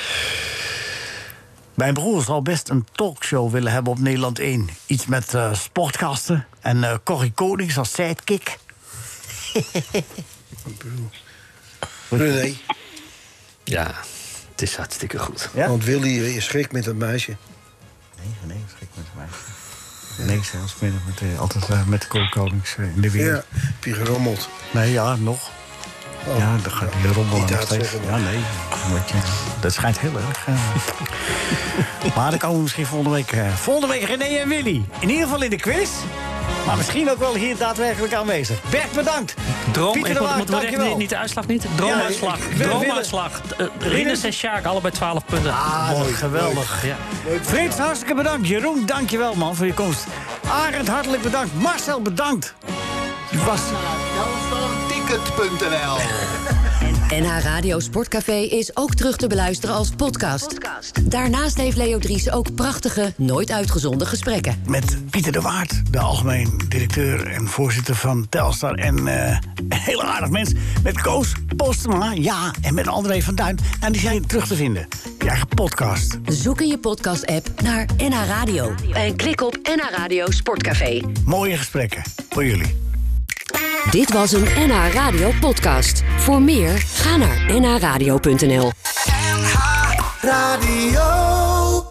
Mijn broer zal best een talkshow willen hebben op Nederland één. Iets met uh, sportgasten en uh, Corrie Konings als sidekick. René. Ja, het is hartstikke goed. Ja? Want Willy is gek met dat meisje. Nee, nee, is gek met mij. Nee, zelfs met, met, uh, altijd uh, met de Corrie Konings uh, in de wereld. Ja, heb je gerommeld. Nee, ja, nog. Oh. Ja, dan gaat die rommelen Niet nog steeds. uitzeggen, Ja, nee. Moet je, dat schijnt heel erg. Uh. Maar dan komen we misschien volgende week... Uh, volgende week René en Willy. In ieder geval in de quiz. Maar misschien ook wel hier daadwerkelijk aanwezig. Bert, bedankt. Droom, Pieter ik de moet, Waard, moet we dankjewel. niet, niet de uitslag niet? Droomuitslag. Ja, ik- ik- Droomuitslag. Uh, Rinus en Sjaak, allebei twaalf punten. Ah, mooi, geweldig. Ja. Frits, hartstikke bedankt. Jeroen, dankjewel man voor je komst. Arend, hartelijk bedankt. Marcel, bedankt. Je was... Ticket punt n l N H Radio Sportcafé is ook terug te beluisteren als podcast. Daarnaast heeft Leo Dries ook prachtige, nooit uitgezonden gesprekken. Met Pieter de Waard, de algemeen directeur en voorzitter van Telstar. En uh, een heel aardig mens. Met Koos Postema, ja, en met André van Duin. En die zijn terug te vinden. Je eigen podcast. Zoek in je podcast-app naar N H Radio. En klik op N H Radio Sportcafé. Mooie gesprekken voor jullie. Dit was een N H Radio podcast. Voor meer, ga naar n h radio punt n l. Radio.